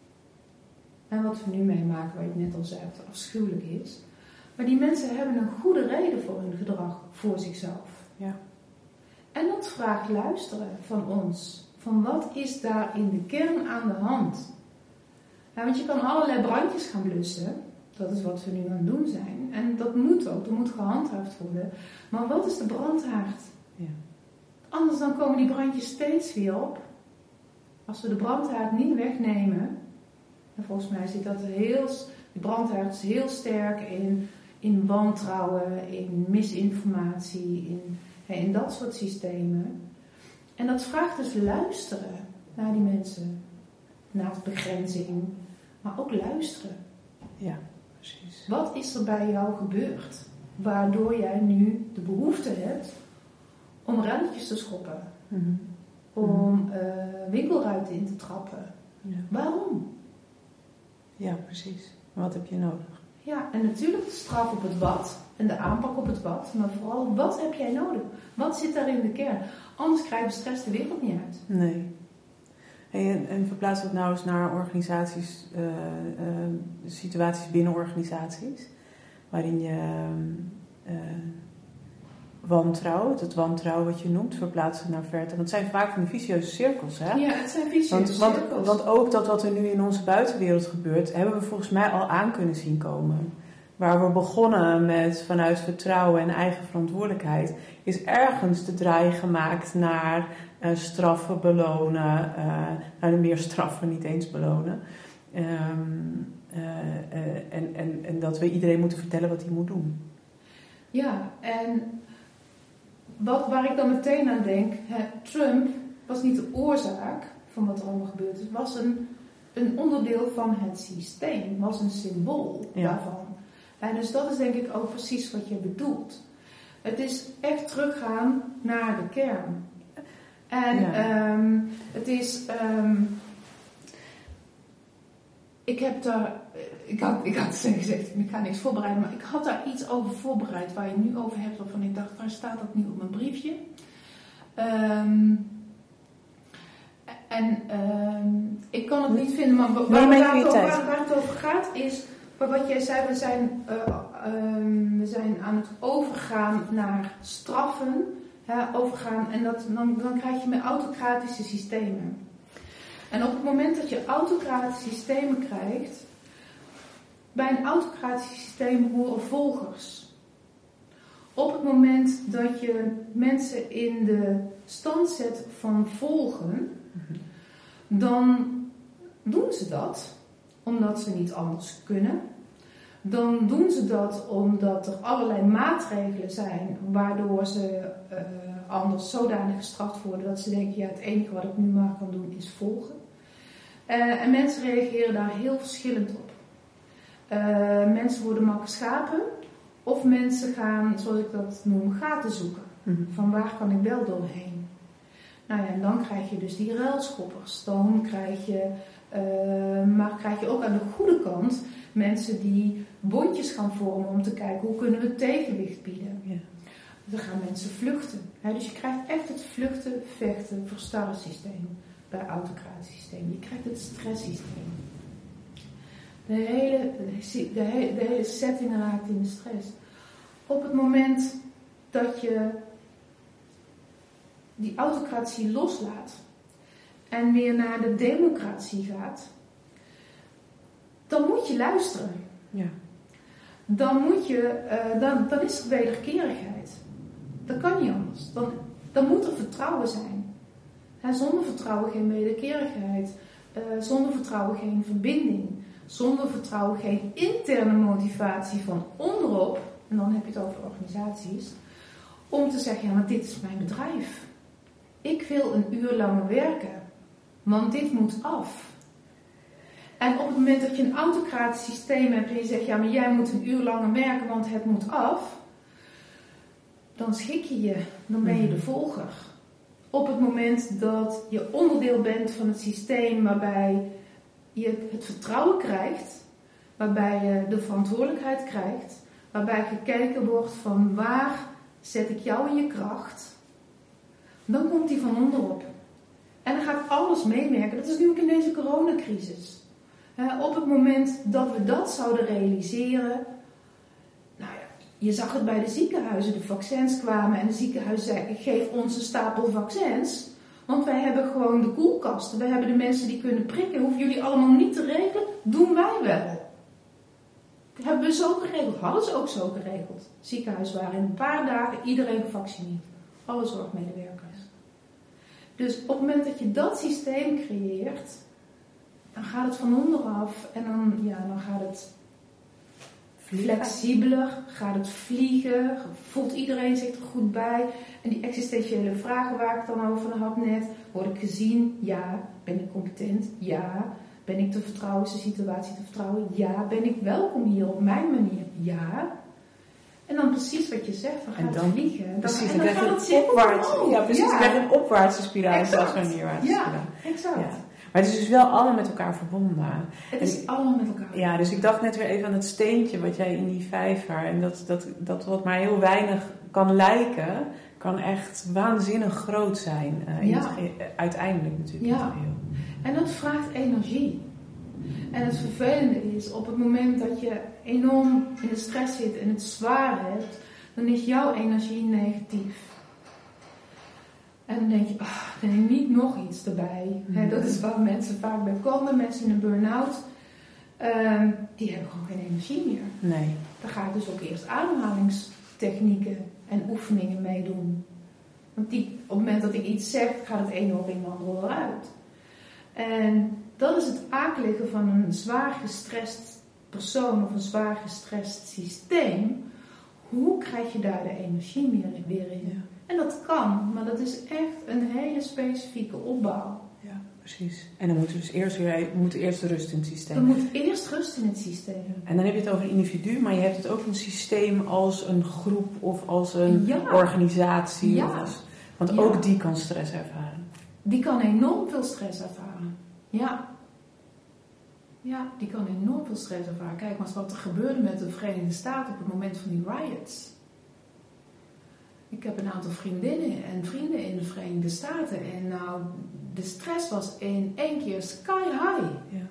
[SPEAKER 2] En wat we nu meemaken, waar je het net al zei, wat afschuwelijk is. Maar die mensen hebben een goede reden voor hun gedrag, voor zichzelf.
[SPEAKER 1] Ja.
[SPEAKER 2] En dat vraagt luisteren van ons. Van wat is daar in de kern aan de hand? Ja, want je kan allerlei brandjes gaan blussen. Dat is wat we nu aan het doen zijn. En dat moet ook, er moet gehandhaafd worden. Maar wat is de brandhaard?
[SPEAKER 1] Ja.
[SPEAKER 2] Anders dan komen die brandjes steeds weer op. Als we de brandhaard niet wegnemen. En volgens mij zit dat heel, die brandhaard is heel sterk in, in wantrouwen, in misinformatie, in, in dat soort systemen. En dat vraagt dus luisteren naar die mensen. Naast begrenzing, maar ook luisteren.
[SPEAKER 1] Ja, precies.
[SPEAKER 2] Wat is er bij jou gebeurd? Waardoor jij nu de behoefte hebt om relletjes te schoppen.
[SPEAKER 1] Mm-hmm.
[SPEAKER 2] Om uh, winkelruiten in te trappen.
[SPEAKER 1] Ja.
[SPEAKER 2] Waarom?
[SPEAKER 1] Ja, precies. Wat heb je nodig?
[SPEAKER 2] Ja, en natuurlijk de straf op het wat. En de aanpak op het wat. Maar vooral, wat heb jij nodig? Wat zit daar in de kern? Anders krijg je stress de wereld niet uit.
[SPEAKER 1] Nee. Hey, en, en verplaats dat nou eens naar organisaties, uh, uh, situaties binnen organisaties. Waarin je uh, wantrouwen, het wantrouwen wat je noemt, verplaatsen naar verte. Want het zijn vaak van die vicieuze cirkels, hè?
[SPEAKER 2] Ja, het zijn vicieuze
[SPEAKER 1] want,
[SPEAKER 2] cirkels.
[SPEAKER 1] Want, want ook dat wat er nu in onze buitenwereld gebeurt, hebben we volgens mij al aan kunnen zien komen. Waar we begonnen met vanuit vertrouwen en eigen verantwoordelijkheid, is ergens de draai gemaakt naar uh, straffen, belonen, uh, nou meer straffen, niet eens belonen. Um, uh, uh, en, en, en dat we iedereen moeten vertellen wat hij moet doen.
[SPEAKER 2] Ja, en wat, waar ik dan meteen aan denk, hè, Trump was niet de oorzaak van wat er allemaal gebeurd is, was een, een onderdeel van het systeem, was een symbool ja. daarvan. En dus dat is denk ik ook precies wat je bedoelt. Het is echt teruggaan naar de kern. En ja. um, het is... Um, ik heb daar... Ik had, ik had gezegd, ik ga niks voorbereiden, maar ik had daar iets over voorbereid waar je nu over hebt, waarvan ik dacht, waar staat dat nu op mijn briefje? Um, en um, ik kan het niet vinden, maar waar, waar,
[SPEAKER 1] nee,
[SPEAKER 2] waar, het over, waar, waar het over gaat is... Maar wat jij zei, we zijn, uh, um, we zijn aan het overgaan naar straffen. Ja, overgaan, en dat, dan, dan krijg je met autocratische systemen. En op het moment dat je autocratische systemen krijgt, bij een autocratisch systeem horen volgers. Op het moment dat je mensen in de stand zet van volgen, dan doen ze dat omdat ze niet anders kunnen. Dan doen ze dat omdat er allerlei maatregelen zijn waardoor ze uh, anders zodanig gestraft worden dat ze denken, ja, het enige wat ik nu maar kan doen is volgen. Uh, en mensen reageren daar heel verschillend op. Uh, mensen worden makke schapen of mensen gaan, zoals ik dat noem, gaten zoeken. Mm-hmm. Van waar kan ik wel doorheen? Nou ja, en dan krijg je dus die ruilschoppers. Dan krijg je, uh, maar krijg je ook aan de goede kant mensen die bondjes gaan vormen om te kijken hoe kunnen we tegenwicht bieden. Ja. Dan gaan mensen vluchten. He, dus je krijgt echt het vluchten, vechten, verstarren systeem bij autocratisch systeem. Je krijgt het stresssysteem. De hele, de, hele, de hele setting raakt in de stress. Op het moment dat je die autocratie loslaat en weer naar de democratie gaat, dan moet je luisteren.
[SPEAKER 3] Ja.
[SPEAKER 2] Dan, moet je, uh, dan, dan is er wederkerigheid. Dat kan niet anders. Dan, dan moet er vertrouwen zijn. He, zonder vertrouwen geen wederkerigheid. Uh, zonder vertrouwen geen verbinding. Zonder vertrouwen geen interne motivatie van onderop. En dan heb je het over organisaties. Om te zeggen, ja, maar dit is mijn bedrijf. Ik wil een uur langer werken. Want dit moet af. En op het moment dat je een autocratisch systeem hebt en je zegt, ja, maar jij moet een uur langer werken, want het moet af. Dan schik je je. Dan ben je de volger. Op het moment dat je onderdeel bent van het systeem waarbij je het vertrouwen krijgt, waarbij je de verantwoordelijkheid krijgt, waarbij gekeken wordt van waar zet ik jou in je kracht, dan komt die van onderop. En dan gaat alles meemerken. Dat is nu ook in deze coronacrisis. Uh, op het moment dat we dat zouden realiseren, nou ja, je zag het bij de ziekenhuizen, de vaccins kwamen en de ziekenhuizen zeiden, geef ons een stapel vaccins. Want wij hebben gewoon de koelkasten, wij hebben de mensen die kunnen prikken, hoeven jullie allemaal niet te regelen, doen wij wel. Dat hebben we zo geregeld, hadden ze ook zo geregeld. Ziekenhuis waren in een paar dagen iedereen gevaccineerd, alle zorgmedewerkers. Dus op het moment dat je dat systeem creëert, dan gaat het van onderaf en dan, ja, dan gaat het vliegen. Flexibeler, gaat het vliegen, voelt iedereen zich er goed bij. En die existentiële vragen waar ik het dan over had net, word ik gezien? Ja. Ben ik competent? Ja. Ben ik te vertrouwen, is de situatie te vertrouwen? Ja. Ben ik welkom hier op mijn manier? Ja. En dan precies wat je zegt, dan gaat
[SPEAKER 3] dan,
[SPEAKER 2] het vliegen. Dan,
[SPEAKER 3] precies,
[SPEAKER 2] en dan, dan gaat het
[SPEAKER 3] opwaarts. Ja, precies.
[SPEAKER 2] Ja.
[SPEAKER 3] Dan krijg je een opwaartse spiraal in plaats van een neerwaartse
[SPEAKER 2] ja,
[SPEAKER 3] spiraal.
[SPEAKER 2] Exact.
[SPEAKER 3] Ja. Maar het is dus wel allemaal met elkaar verbonden.
[SPEAKER 2] Het is
[SPEAKER 3] en,
[SPEAKER 2] allemaal met elkaar.
[SPEAKER 3] Ja, dus ik dacht net weer even aan het steentje wat jij in die vijver. En dat, dat, dat wat maar heel weinig kan lijken, kan echt waanzinnig groot zijn. Uh,
[SPEAKER 2] ja.
[SPEAKER 3] in het, uh, uiteindelijk natuurlijk.
[SPEAKER 2] Ja.
[SPEAKER 3] Heel.
[SPEAKER 2] En dat vraagt energie. En het vervelende is, op het moment dat je enorm in de stress zit en het zwaar hebt, dan is jouw energie negatief. En dan denk je, oh, er is niet nog iets erbij. Mm-hmm. He, dat is waar mensen vaak bij komen. Mensen in een burn-out, um, die hebben gewoon geen energie meer.
[SPEAKER 3] Nee.
[SPEAKER 2] Dan ga ik dus ook eerst ademhalingstechnieken en oefeningen meedoen. Want die, op het moment dat ik iets zeg, gaat het een oor in, de andere oor uit. En dat is het akelige van een zwaar gestrest persoon of een zwaar gestrest systeem. Hoe krijg je daar de energie meer weer in? Ja. En dat kan, maar dat is echt een hele specifieke opbouw.
[SPEAKER 3] Ja, precies. En dan moet er dus eerst weer moet eerst rust in het systeem.
[SPEAKER 2] Er moet eerst rust in het systeem.
[SPEAKER 3] En dan heb je het over een individu, maar je hebt het ook een systeem als een groep of als een
[SPEAKER 2] ja.
[SPEAKER 3] organisatie.
[SPEAKER 2] Ja.
[SPEAKER 3] Of als, want
[SPEAKER 2] ja.
[SPEAKER 3] ook die kan stress ervaren.
[SPEAKER 2] Die kan enorm veel stress ervaren. Ja. Ja, die kan enorm veel stress ervaren. Kijk maar eens wat er gebeurde met de Verenigde Staten op het moment van die riots. Ik heb een aantal vriendinnen en vrienden in de Verenigde Staten. En nou, de stress was in één keer sky high.
[SPEAKER 3] Ja.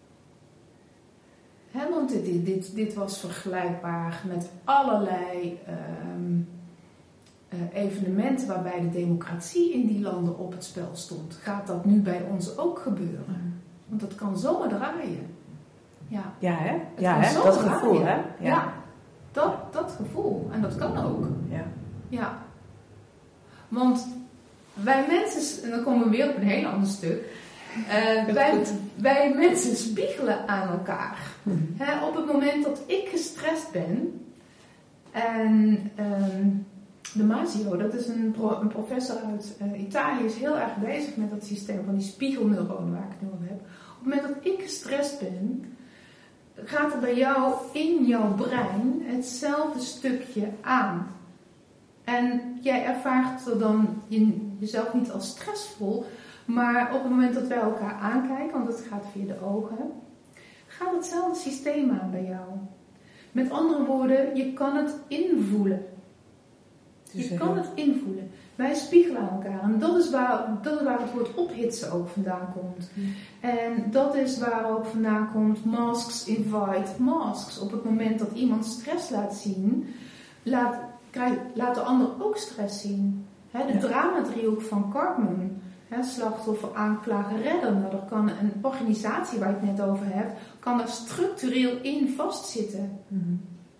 [SPEAKER 2] He, want dit, dit, dit was vergelijkbaar met allerlei um, uh, evenementen waarbij de democratie in die landen op het spel stond. Gaat dat nu bij ons ook gebeuren? Want dat kan zomaar draaien. Ja,
[SPEAKER 3] ja hè?
[SPEAKER 2] Het
[SPEAKER 3] ja, hè?
[SPEAKER 2] dat
[SPEAKER 3] draaien. gevoel, hè? Ja,
[SPEAKER 2] ja dat, dat gevoel. En dat kan ook.
[SPEAKER 3] Ja.
[SPEAKER 2] Ja. Want wij mensen, en dan komen we weer op een heel ander stuk. Uh, wij, wij mensen spiegelen aan elkaar.
[SPEAKER 3] Mm-hmm.
[SPEAKER 2] He, op het moment dat ik gestrest ben. En um, de Masio, dat is een, pro, een professor uit uh, Italië, is heel erg bezig met dat systeem van die spiegelneuronen waar ik het nu over heb. Op het moment dat ik gestrest ben, gaat er bij jou in jouw brein hetzelfde stukje aan. En jij ervaart er dan jezelf niet als stressvol, maar op het moment dat wij elkaar aankijken, want het gaat via de ogen, gaat hetzelfde systeem aan bij jou. Met andere woorden, je kan het invoelen. Je kan het invoelen. Wij spiegelen aan elkaar. En dat is waar, dat is waar het woord ophitsen ook vandaan komt. Mm. En dat is waar ook vandaan komt masks invite masks. Op het moment dat iemand stress laat zien, laat, krijg, laat de ander ook stress zien. He, de ja. drama-driehoek van Cartman. He, slachtoffer, aanklager, redder. Nou, dat kan een organisatie waar je het net over hebt, kan daar structureel in vastzitten. Mm-hmm.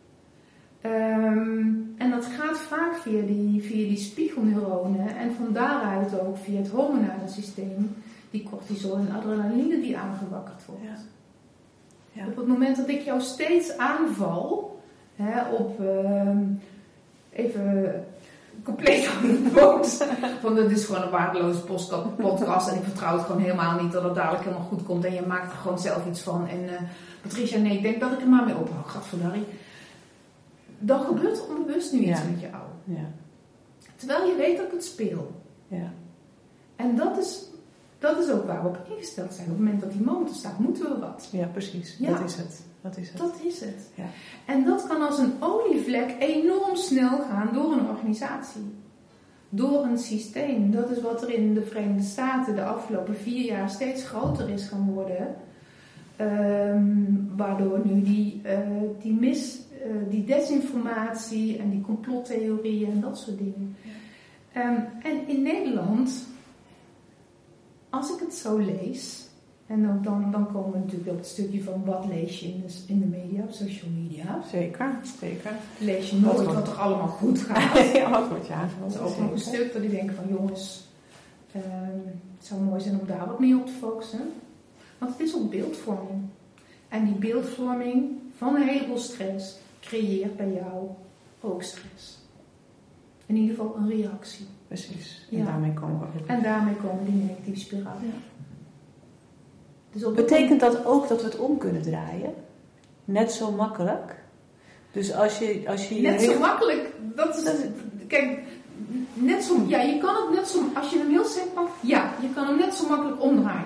[SPEAKER 2] Um, en dat gaat vaak via die, via die spiegelneuronen en van daaruit ook via het hormonale systeem, die cortisol en adrenaline die aangewakkerd wordt. Ja. Ja. Op het moment dat ik jou steeds aanval, hè, op uh, even compleet aan de boot, want het is gewoon een waardeloze podcast en ik vertrouw het gewoon helemaal niet dat het dadelijk helemaal goed komt en je maakt er gewoon zelf iets van. En uh, Patricia, nee, ik denk dat ik er maar mee ophoud, gadverdarrie. Dan gebeurt er onbewust nu iets ja. met jou. Ja. Terwijl je weet dat ik het speel. Ja. En dat is, dat is ook waar we op ingesteld zijn. Op het moment dat die motor staat, moeten we wat.
[SPEAKER 3] Ja, precies. Ja. Dat is het. Dat is het.
[SPEAKER 2] Dat is het. Ja. En dat kan als een olievlek enorm snel gaan door een organisatie. Door een systeem. Dat is wat er in de Verenigde Staten de afgelopen vier jaar steeds groter is gaan worden. Um, waardoor nu die, uh, die mis... Uh, die desinformatie en die complottheorieën en dat soort dingen. Ja. Um, en in Nederland, als ik het zo lees, en dan, dan, dan komen we natuurlijk op het stukje van wat lees je in de, in de media, op social media.
[SPEAKER 3] Zeker, zeker.
[SPEAKER 2] Lees je nooit wat, wat er allemaal goed gaat.
[SPEAKER 3] Ja, wat wordt je aangevallen.
[SPEAKER 2] Dat is ook nog een stuk dat ik denk van jongens, um, het zou mooi zijn om daar wat meer op te focussen. Want het is ook beeldvorming. En die beeldvorming van een heleboel stress creëert bij jou ook stress. In ieder geval een reactie.
[SPEAKER 3] Precies. En ja. daarmee komen we ook.
[SPEAKER 2] En daarmee komen die negatieve spiraal. Ja.
[SPEAKER 3] Dus op betekent dat ook dat we het om kunnen draaien? Net zo makkelijk? Dus als je... Als je
[SPEAKER 2] net zo makkelijk? Dat is, kijk, net zo... Ja, je kan het net zo... Als je hem heel simpel pakt, ja, je kan hem net zo makkelijk omdraaien.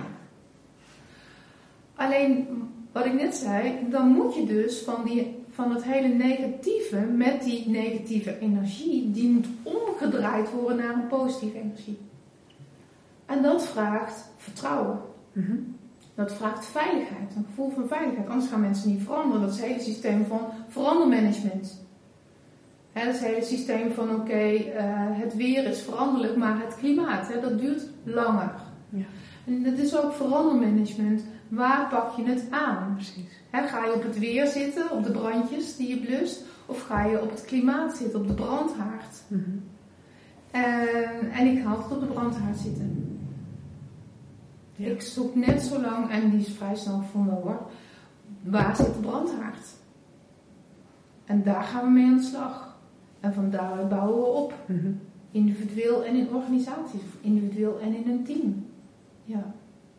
[SPEAKER 2] Alleen, wat ik net zei, dan moet je dus van die... van het hele negatieve, met die negatieve energie, die moet omgedraaid worden naar een positieve energie. En dat vraagt vertrouwen. Mm-hmm. Dat vraagt veiligheid, een gevoel van veiligheid. Anders gaan mensen niet veranderen. Dat is het hele systeem van verandermanagement. He, dat is het hele systeem van oké, okay, uh, het weer is veranderlijk, maar het klimaat, he, dat duurt langer. Ja. En dat is ook verandermanagement. Waar pak je het aan?
[SPEAKER 3] Precies.
[SPEAKER 2] He, ga je op het weer zitten, op de brandjes die je blust, of ga je op het klimaat zitten, op de brandhaard? Mm-hmm. En, en ik ga altijd op de brandhaard zitten. Ja. Ik zoek net zo lang, en die is vrij snel gevonden hoor, waar zit de brandhaard? En daar gaan we mee aan de slag. En van daaruit bouwen we op. Mm-hmm. Individueel en in organisaties, of individueel en in een team. Ja.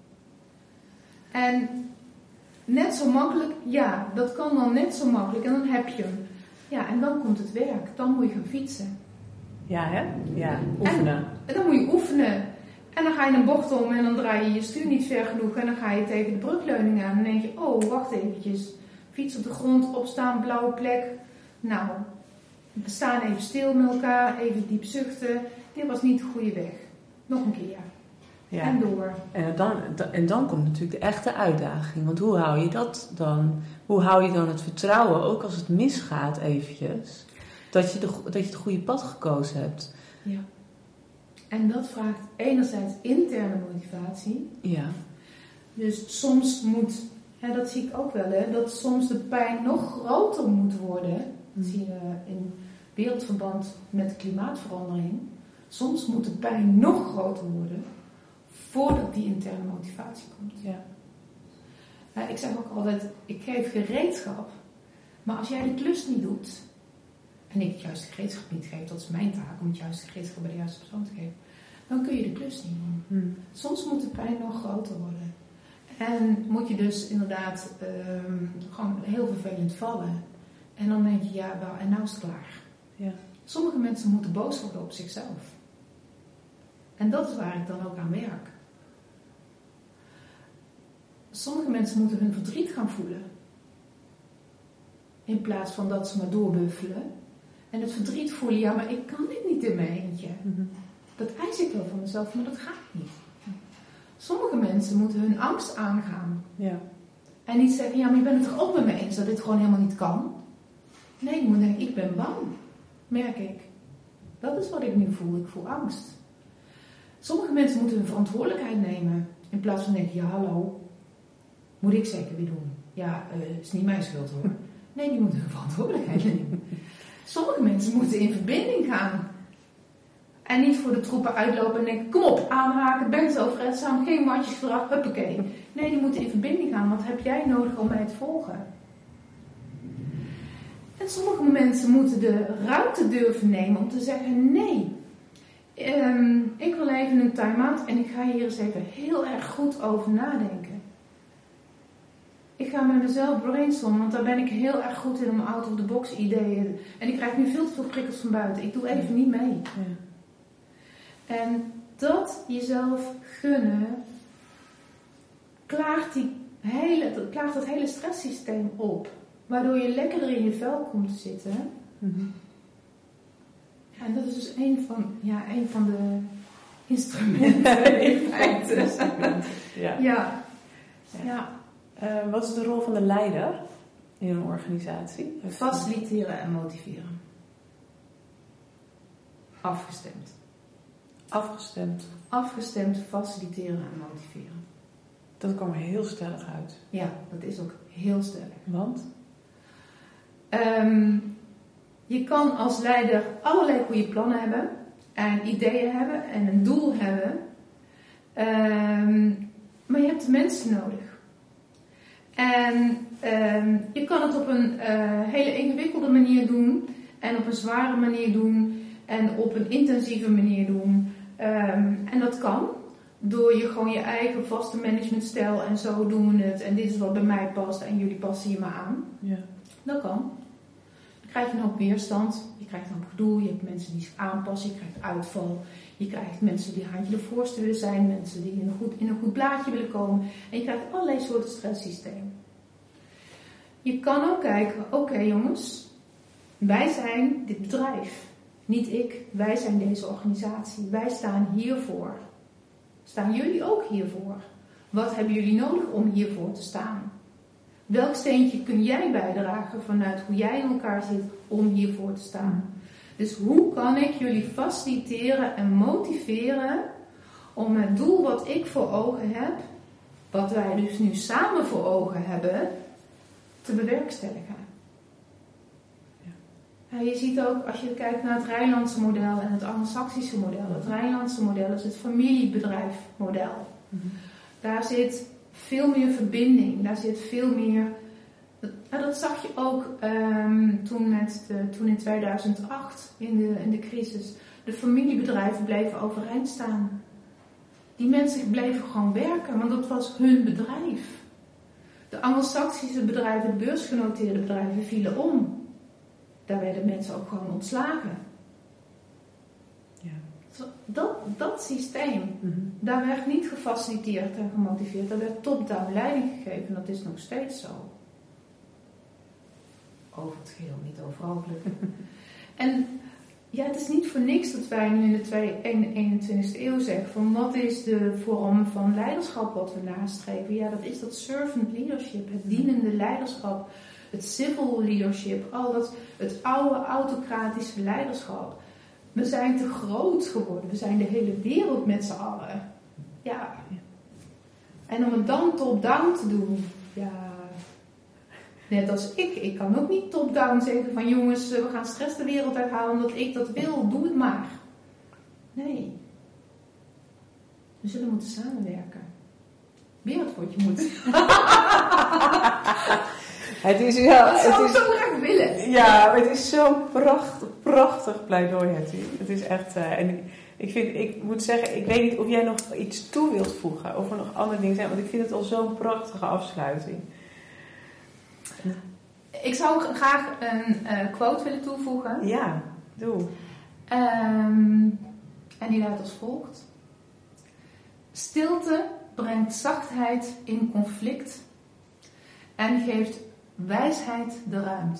[SPEAKER 2] En net zo makkelijk, ja, dat kan dan net zo makkelijk en dan heb je hem. Ja, en dan komt het werk. Dan moet je gaan fietsen.
[SPEAKER 3] Ja, hè? Ja, oefenen.
[SPEAKER 2] En, en dan moet je oefenen. En dan ga je een bocht om en dan draai je je stuur niet ver genoeg en dan ga je tegen de brugleuning aan. En dan denk je, oh, wacht eventjes. Fiets op de grond, opstaan, blauwe plek. Nou, we staan even stil met elkaar, even diep zuchten. Dit was niet de goede weg. Nog een keer. Ja. En door.
[SPEAKER 3] En dan, en dan komt natuurlijk de echte uitdaging. Want hoe hou je dat dan? Hoe hou je dan het vertrouwen, ook als het misgaat eventjes, dat je, de, dat je het goede pad gekozen hebt?
[SPEAKER 2] Ja. En dat vraagt enerzijds interne motivatie.
[SPEAKER 3] Ja.
[SPEAKER 2] Dus soms moet, hè, dat zie ik ook wel, hè, dat soms de pijn nog groter moet worden. Dat zie je in wereldverband met klimaatverandering. Soms moet de pijn nog groter worden voordat die interne motivatie komt.
[SPEAKER 3] Ja.
[SPEAKER 2] Nou, ik zeg ook altijd, ik geef gereedschap, maar als jij de klus niet doet, en ik het juiste gereedschap niet geef, dat is mijn taak om het juiste gereedschap bij de juiste persoon te geven, dan kun je de klus niet doen. Hmm. Soms moet de pijn nog groter worden. En moet je dus inderdaad um, gewoon heel vervelend vallen. En dan denk je, ja, wel, en nou is het klaar.
[SPEAKER 3] Ja.
[SPEAKER 2] Sommige mensen moeten boos worden op zichzelf. En dat is waar ik dan ook aan werk. Sommige mensen moeten hun verdriet gaan voelen. In plaats van dat ze maar doorbuffelen. En het verdriet voelen, ja, maar ik kan dit niet in mijn eentje. Mm-hmm. Dat eis ik wel van mezelf, maar dat gaat niet. Sommige mensen moeten hun angst aangaan.
[SPEAKER 3] Ja.
[SPEAKER 2] En niet zeggen, ja, maar je bent het er ook met me eens dat dit gewoon helemaal niet kan. Nee, je moet denken, ik ben bang. Merk ik. Dat is wat ik nu voel. Ik voel angst. Sommige mensen moeten hun verantwoordelijkheid nemen. In plaats van denken, ja hallo, moet ik zeker weer doen. Ja, het uh, is niet mijn schuld hoor. Nee, die moeten hun verantwoordelijkheid nemen. Sommige mensen moeten in verbinding gaan. En niet voor de troepen uitlopen en denken, kom op, aanhaken, ben zo vreedzaam, geen matjesgedrag, huppakee. Nee, die moeten in verbinding gaan. Wat heb jij nodig om mij te volgen? En sommige mensen moeten de ruimte durven nemen om te zeggen, nee, um, ik wil even een time-out en ik ga hier eens even heel erg goed over nadenken. Ik ga met mezelf brainstormen, want daar ben ik heel erg goed in om out-of-the-box ideeën. En ik krijg nu veel te veel prikkels van buiten. Ik doe even niet mee.
[SPEAKER 3] Ja.
[SPEAKER 2] En dat jezelf gunnen, klaart, die hele, klaart dat hele stresssysteem op. Waardoor je lekkerder in je vel komt te zitten.
[SPEAKER 3] Mm-hmm.
[SPEAKER 2] Ja, en dat is dus een van, ja, een van de instrumenten in feite.
[SPEAKER 3] Ja.
[SPEAKER 2] Ja. Ja.
[SPEAKER 3] Uh, wat is de rol van de leider in een organisatie?
[SPEAKER 2] Faciliteren en motiveren. Afgestemd.
[SPEAKER 3] Afgestemd.
[SPEAKER 2] Afgestemd, faciliteren en motiveren.
[SPEAKER 3] Dat kwam er heel stellig uit.
[SPEAKER 2] Ja, dat is ook heel stellig.
[SPEAKER 3] Want?
[SPEAKER 2] Um, je kan als leider allerlei goede plannen hebben. En ideeën hebben. En een doel hebben. Um, maar je hebt de mensen nodig. En um, je kan het op een uh, hele ingewikkelde manier doen. En op een zware manier doen. En op een intensieve manier doen. Um, en dat kan. Door je gewoon je eigen vaste managementstijl en zo doen we het. En dit is wat bij mij past en jullie passen je maar aan.
[SPEAKER 3] Ja.
[SPEAKER 2] Dat kan. Dan krijg je een hoop weerstand. Je krijgt een hoop gedoe. Je hebt mensen die zich aanpassen. Je krijgt uitval. Je krijgt mensen die handje de voorste willen zijn. Mensen die in een, goed, in een goed blaadje willen komen. En je krijgt allerlei soorten stresssystemen. Je kan ook kijken. Oké okay, jongens. Wij zijn dit bedrijf. Niet ik. Wij zijn deze organisatie. Wij staan hiervoor. Staan jullie ook hiervoor? Wat hebben jullie nodig om hiervoor te staan? Welk steentje kun jij bijdragen vanuit hoe jij in elkaar zit om hiervoor te staan? Dus hoe kan ik jullie faciliteren en motiveren om het doel wat ik voor ogen heb, wat wij dus nu samen voor ogen hebben, te bewerkstelligen? Ja, je ziet ook, als je kijkt naar het Rijnlandse model en het Anglo-Saxische model. Het Rijnlandse model is het familiebedrijfmodel. Mm-hmm. Daar zit veel meer verbinding, daar zit veel meer... Nou, dat zag je ook um, toen, met de, toen in tweeduizend acht, in de, in de crisis. De familiebedrijven bleven overeind staan. Die mensen bleven gewoon werken, want dat was hun bedrijf. De Anglo-Saxische bedrijven, de beursgenoteerde bedrijven, vielen om. Daar werden mensen ook gewoon ontslagen. Ja. Dat, dat systeem, mm-hmm. daar werd niet gefaciliteerd en gemotiveerd. Daar werd top-down leiding gegeven. Dat is nog steeds zo. Over het geheel, niet overal gelukkig. En ja, het is niet voor niks dat wij nu in de eenentwintigste eeuw zeggen van wat is de vorm van leiderschap wat we nastreven. Ja, dat is dat servant leadership, het dienende leiderschap. Het civil leadership, al dat, het oude autocratische leiderschap. We zijn te groot geworden. We zijn de hele wereld met z'n allen. Ja. En om het dan top-down te doen. Ja. Net als ik. Ik kan ook niet top-down zeggen van jongens, we gaan stress de wereld uithalen omdat ik dat wil. Doe het maar. Nee. We zullen moeten samenwerken. Weer het woordje moeten.
[SPEAKER 3] Het is ja,
[SPEAKER 2] dat zou
[SPEAKER 3] het
[SPEAKER 2] ik
[SPEAKER 3] is,
[SPEAKER 2] zo graag willen.
[SPEAKER 3] Ja, het is zo'n prachtig, prachtig pleidooi, Hetty. Het is echt, uh, en ik, ik, vind, ik moet zeggen, ik weet niet of jij nog iets toe wilt voegen, of er nog andere dingen zijn, want ik vind het al zo'n prachtige afsluiting.
[SPEAKER 2] Ik zou graag een uh, quote willen toevoegen.
[SPEAKER 3] Ja, doe.
[SPEAKER 2] Um, en die luidt als volgt. Stilte brengt zachtheid in conflict en geeft wijsheid de ruimte.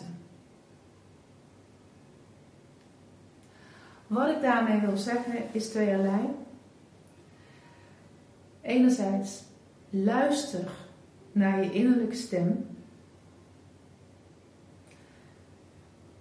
[SPEAKER 2] Wat ik daarmee wil zeggen is tweeërlei. Enerzijds, luister naar je innerlijke stem.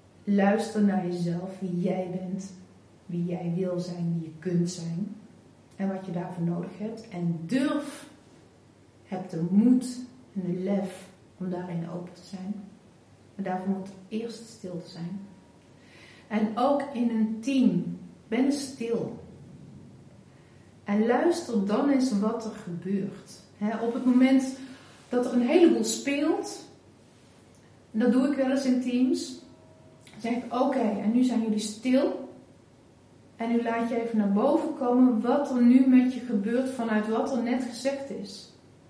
[SPEAKER 2] Luister naar jezelf, wie jij bent, wie jij wil zijn, wie je kunt zijn. en wat je daarvoor nodig hebt. En durf, heb de moed en de lef om daarin open te zijn. Maar daarvoor moet eerst stil te zijn. En ook in een team, ben eens stil. En luister dan eens wat er gebeurt. He, op het moment dat er een heleboel speelt, en dat doe ik wel eens in teams, dan zeg ik oké, okay, en nu zijn jullie stil. En nu laat je even naar boven komen wat er nu met je gebeurt vanuit wat er net gezegd is.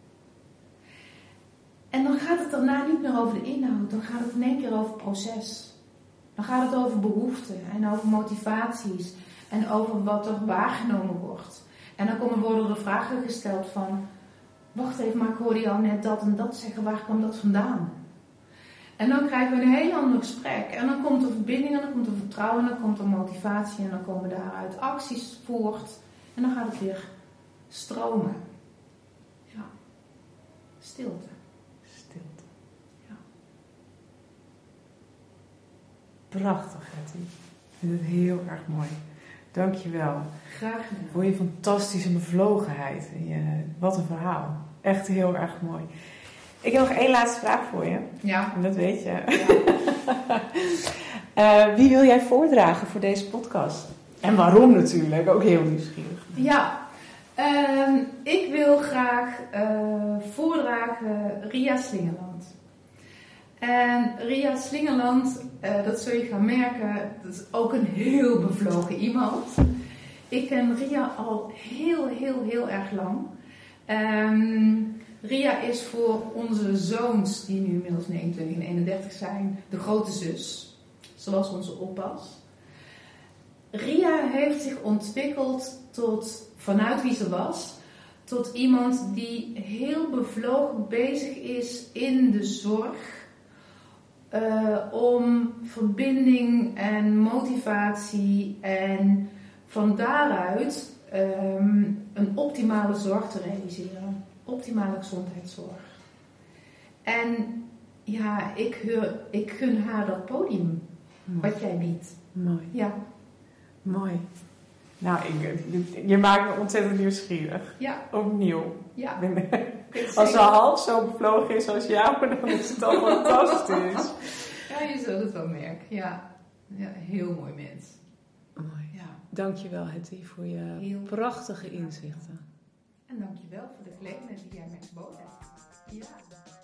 [SPEAKER 2] En dan gaat het daarna niet meer over de inhoud, dan gaat het in één keer over proces. Dan gaat het over behoeften en over motivaties en over wat er waargenomen wordt. En dan komen, worden er vragen gesteld van, wacht even, maar ik hoorde jou net dat en dat zeggen, waar kwam dat vandaan? En dan krijgen we een heel ander gesprek. En dan komt er verbinding, en dan komt er vertrouwen, en dan komt er motivatie, en dan komen daaruit acties voort. En dan gaat het weer stromen. Ja. Stilte.
[SPEAKER 3] Stilte.
[SPEAKER 2] Ja.
[SPEAKER 3] Prachtig, Hetty. Ik vind het heel erg mooi. Dankjewel.
[SPEAKER 2] Graag gedaan.
[SPEAKER 3] Voor je fantastische bevlogenheid. En je, wat een verhaal. Echt heel erg mooi. Ik heb nog één laatste vraag voor je.
[SPEAKER 2] Ja.
[SPEAKER 3] En dat weet je.
[SPEAKER 2] Ja.
[SPEAKER 3] uh, wie wil jij voordragen voor deze podcast? En waarom natuurlijk? Ook heel nieuwsgierig.
[SPEAKER 2] Ja. Uh, ik wil graag uh, voordragen Ria Slingerland. En Ria Slingerland, uh, dat zul je gaan merken, dat is ook een heel bevlogen iemand. Ik ken Ria al heel, heel, heel erg lang. Um, Ria is voor onze zoons, die nu inmiddels negenentwintig en eenendertig zijn, de grote zus. Zoals onze oppas. Ria heeft zich ontwikkeld tot, vanuit wie ze was, tot iemand die heel bevlogen bezig is in de zorg. Uh, om verbinding en motivatie en van daaruit um, een optimale zorg te realiseren. Optimale gezondheidszorg. En ja, ik, heur, ik gun haar dat podium
[SPEAKER 3] Mooi.
[SPEAKER 2] wat jij biedt.
[SPEAKER 3] Mooi.
[SPEAKER 2] Ja.
[SPEAKER 3] Mooi. Nou, ik, je maakt me ontzettend nieuwsgierig.
[SPEAKER 2] Ja.
[SPEAKER 3] Opnieuw.
[SPEAKER 2] Ja.
[SPEAKER 3] Als ze half zo bevlogen is als jou, dan is het al fantastisch.
[SPEAKER 2] Ja, je zult het wel merken. Ja. Ja, heel mooi mens.
[SPEAKER 3] Mooi.
[SPEAKER 2] Ja.
[SPEAKER 3] Dankjewel, Hetty, voor je
[SPEAKER 2] Heel
[SPEAKER 3] prachtige inzichten.
[SPEAKER 2] En dankjewel voor de gelegenheid die jij mij geboden hebt. Ja.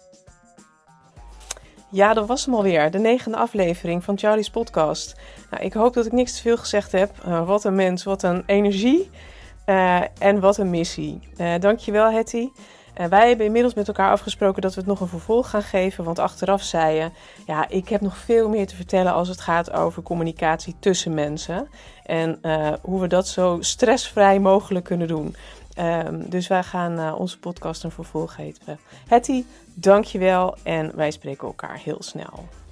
[SPEAKER 1] Ja, dat was hem alweer. De negende aflevering van Charlie's podcast. Nou, ik hoop dat ik niks te veel gezegd heb. Uh, wat een mens, wat een energie uh, en wat een missie. Uh, dankjewel, Hetty. Uh, wij hebben inmiddels met elkaar afgesproken dat we het nog een vervolg gaan geven. Want achteraf zei je, ja, ik heb nog veel meer te vertellen als het gaat over communicatie tussen mensen. En uh, hoe we dat zo stressvrij mogelijk kunnen doen. Um, dus wij gaan uh, onze podcast een vervolg geven. Hetty, dankjewel en wij spreken elkaar heel snel.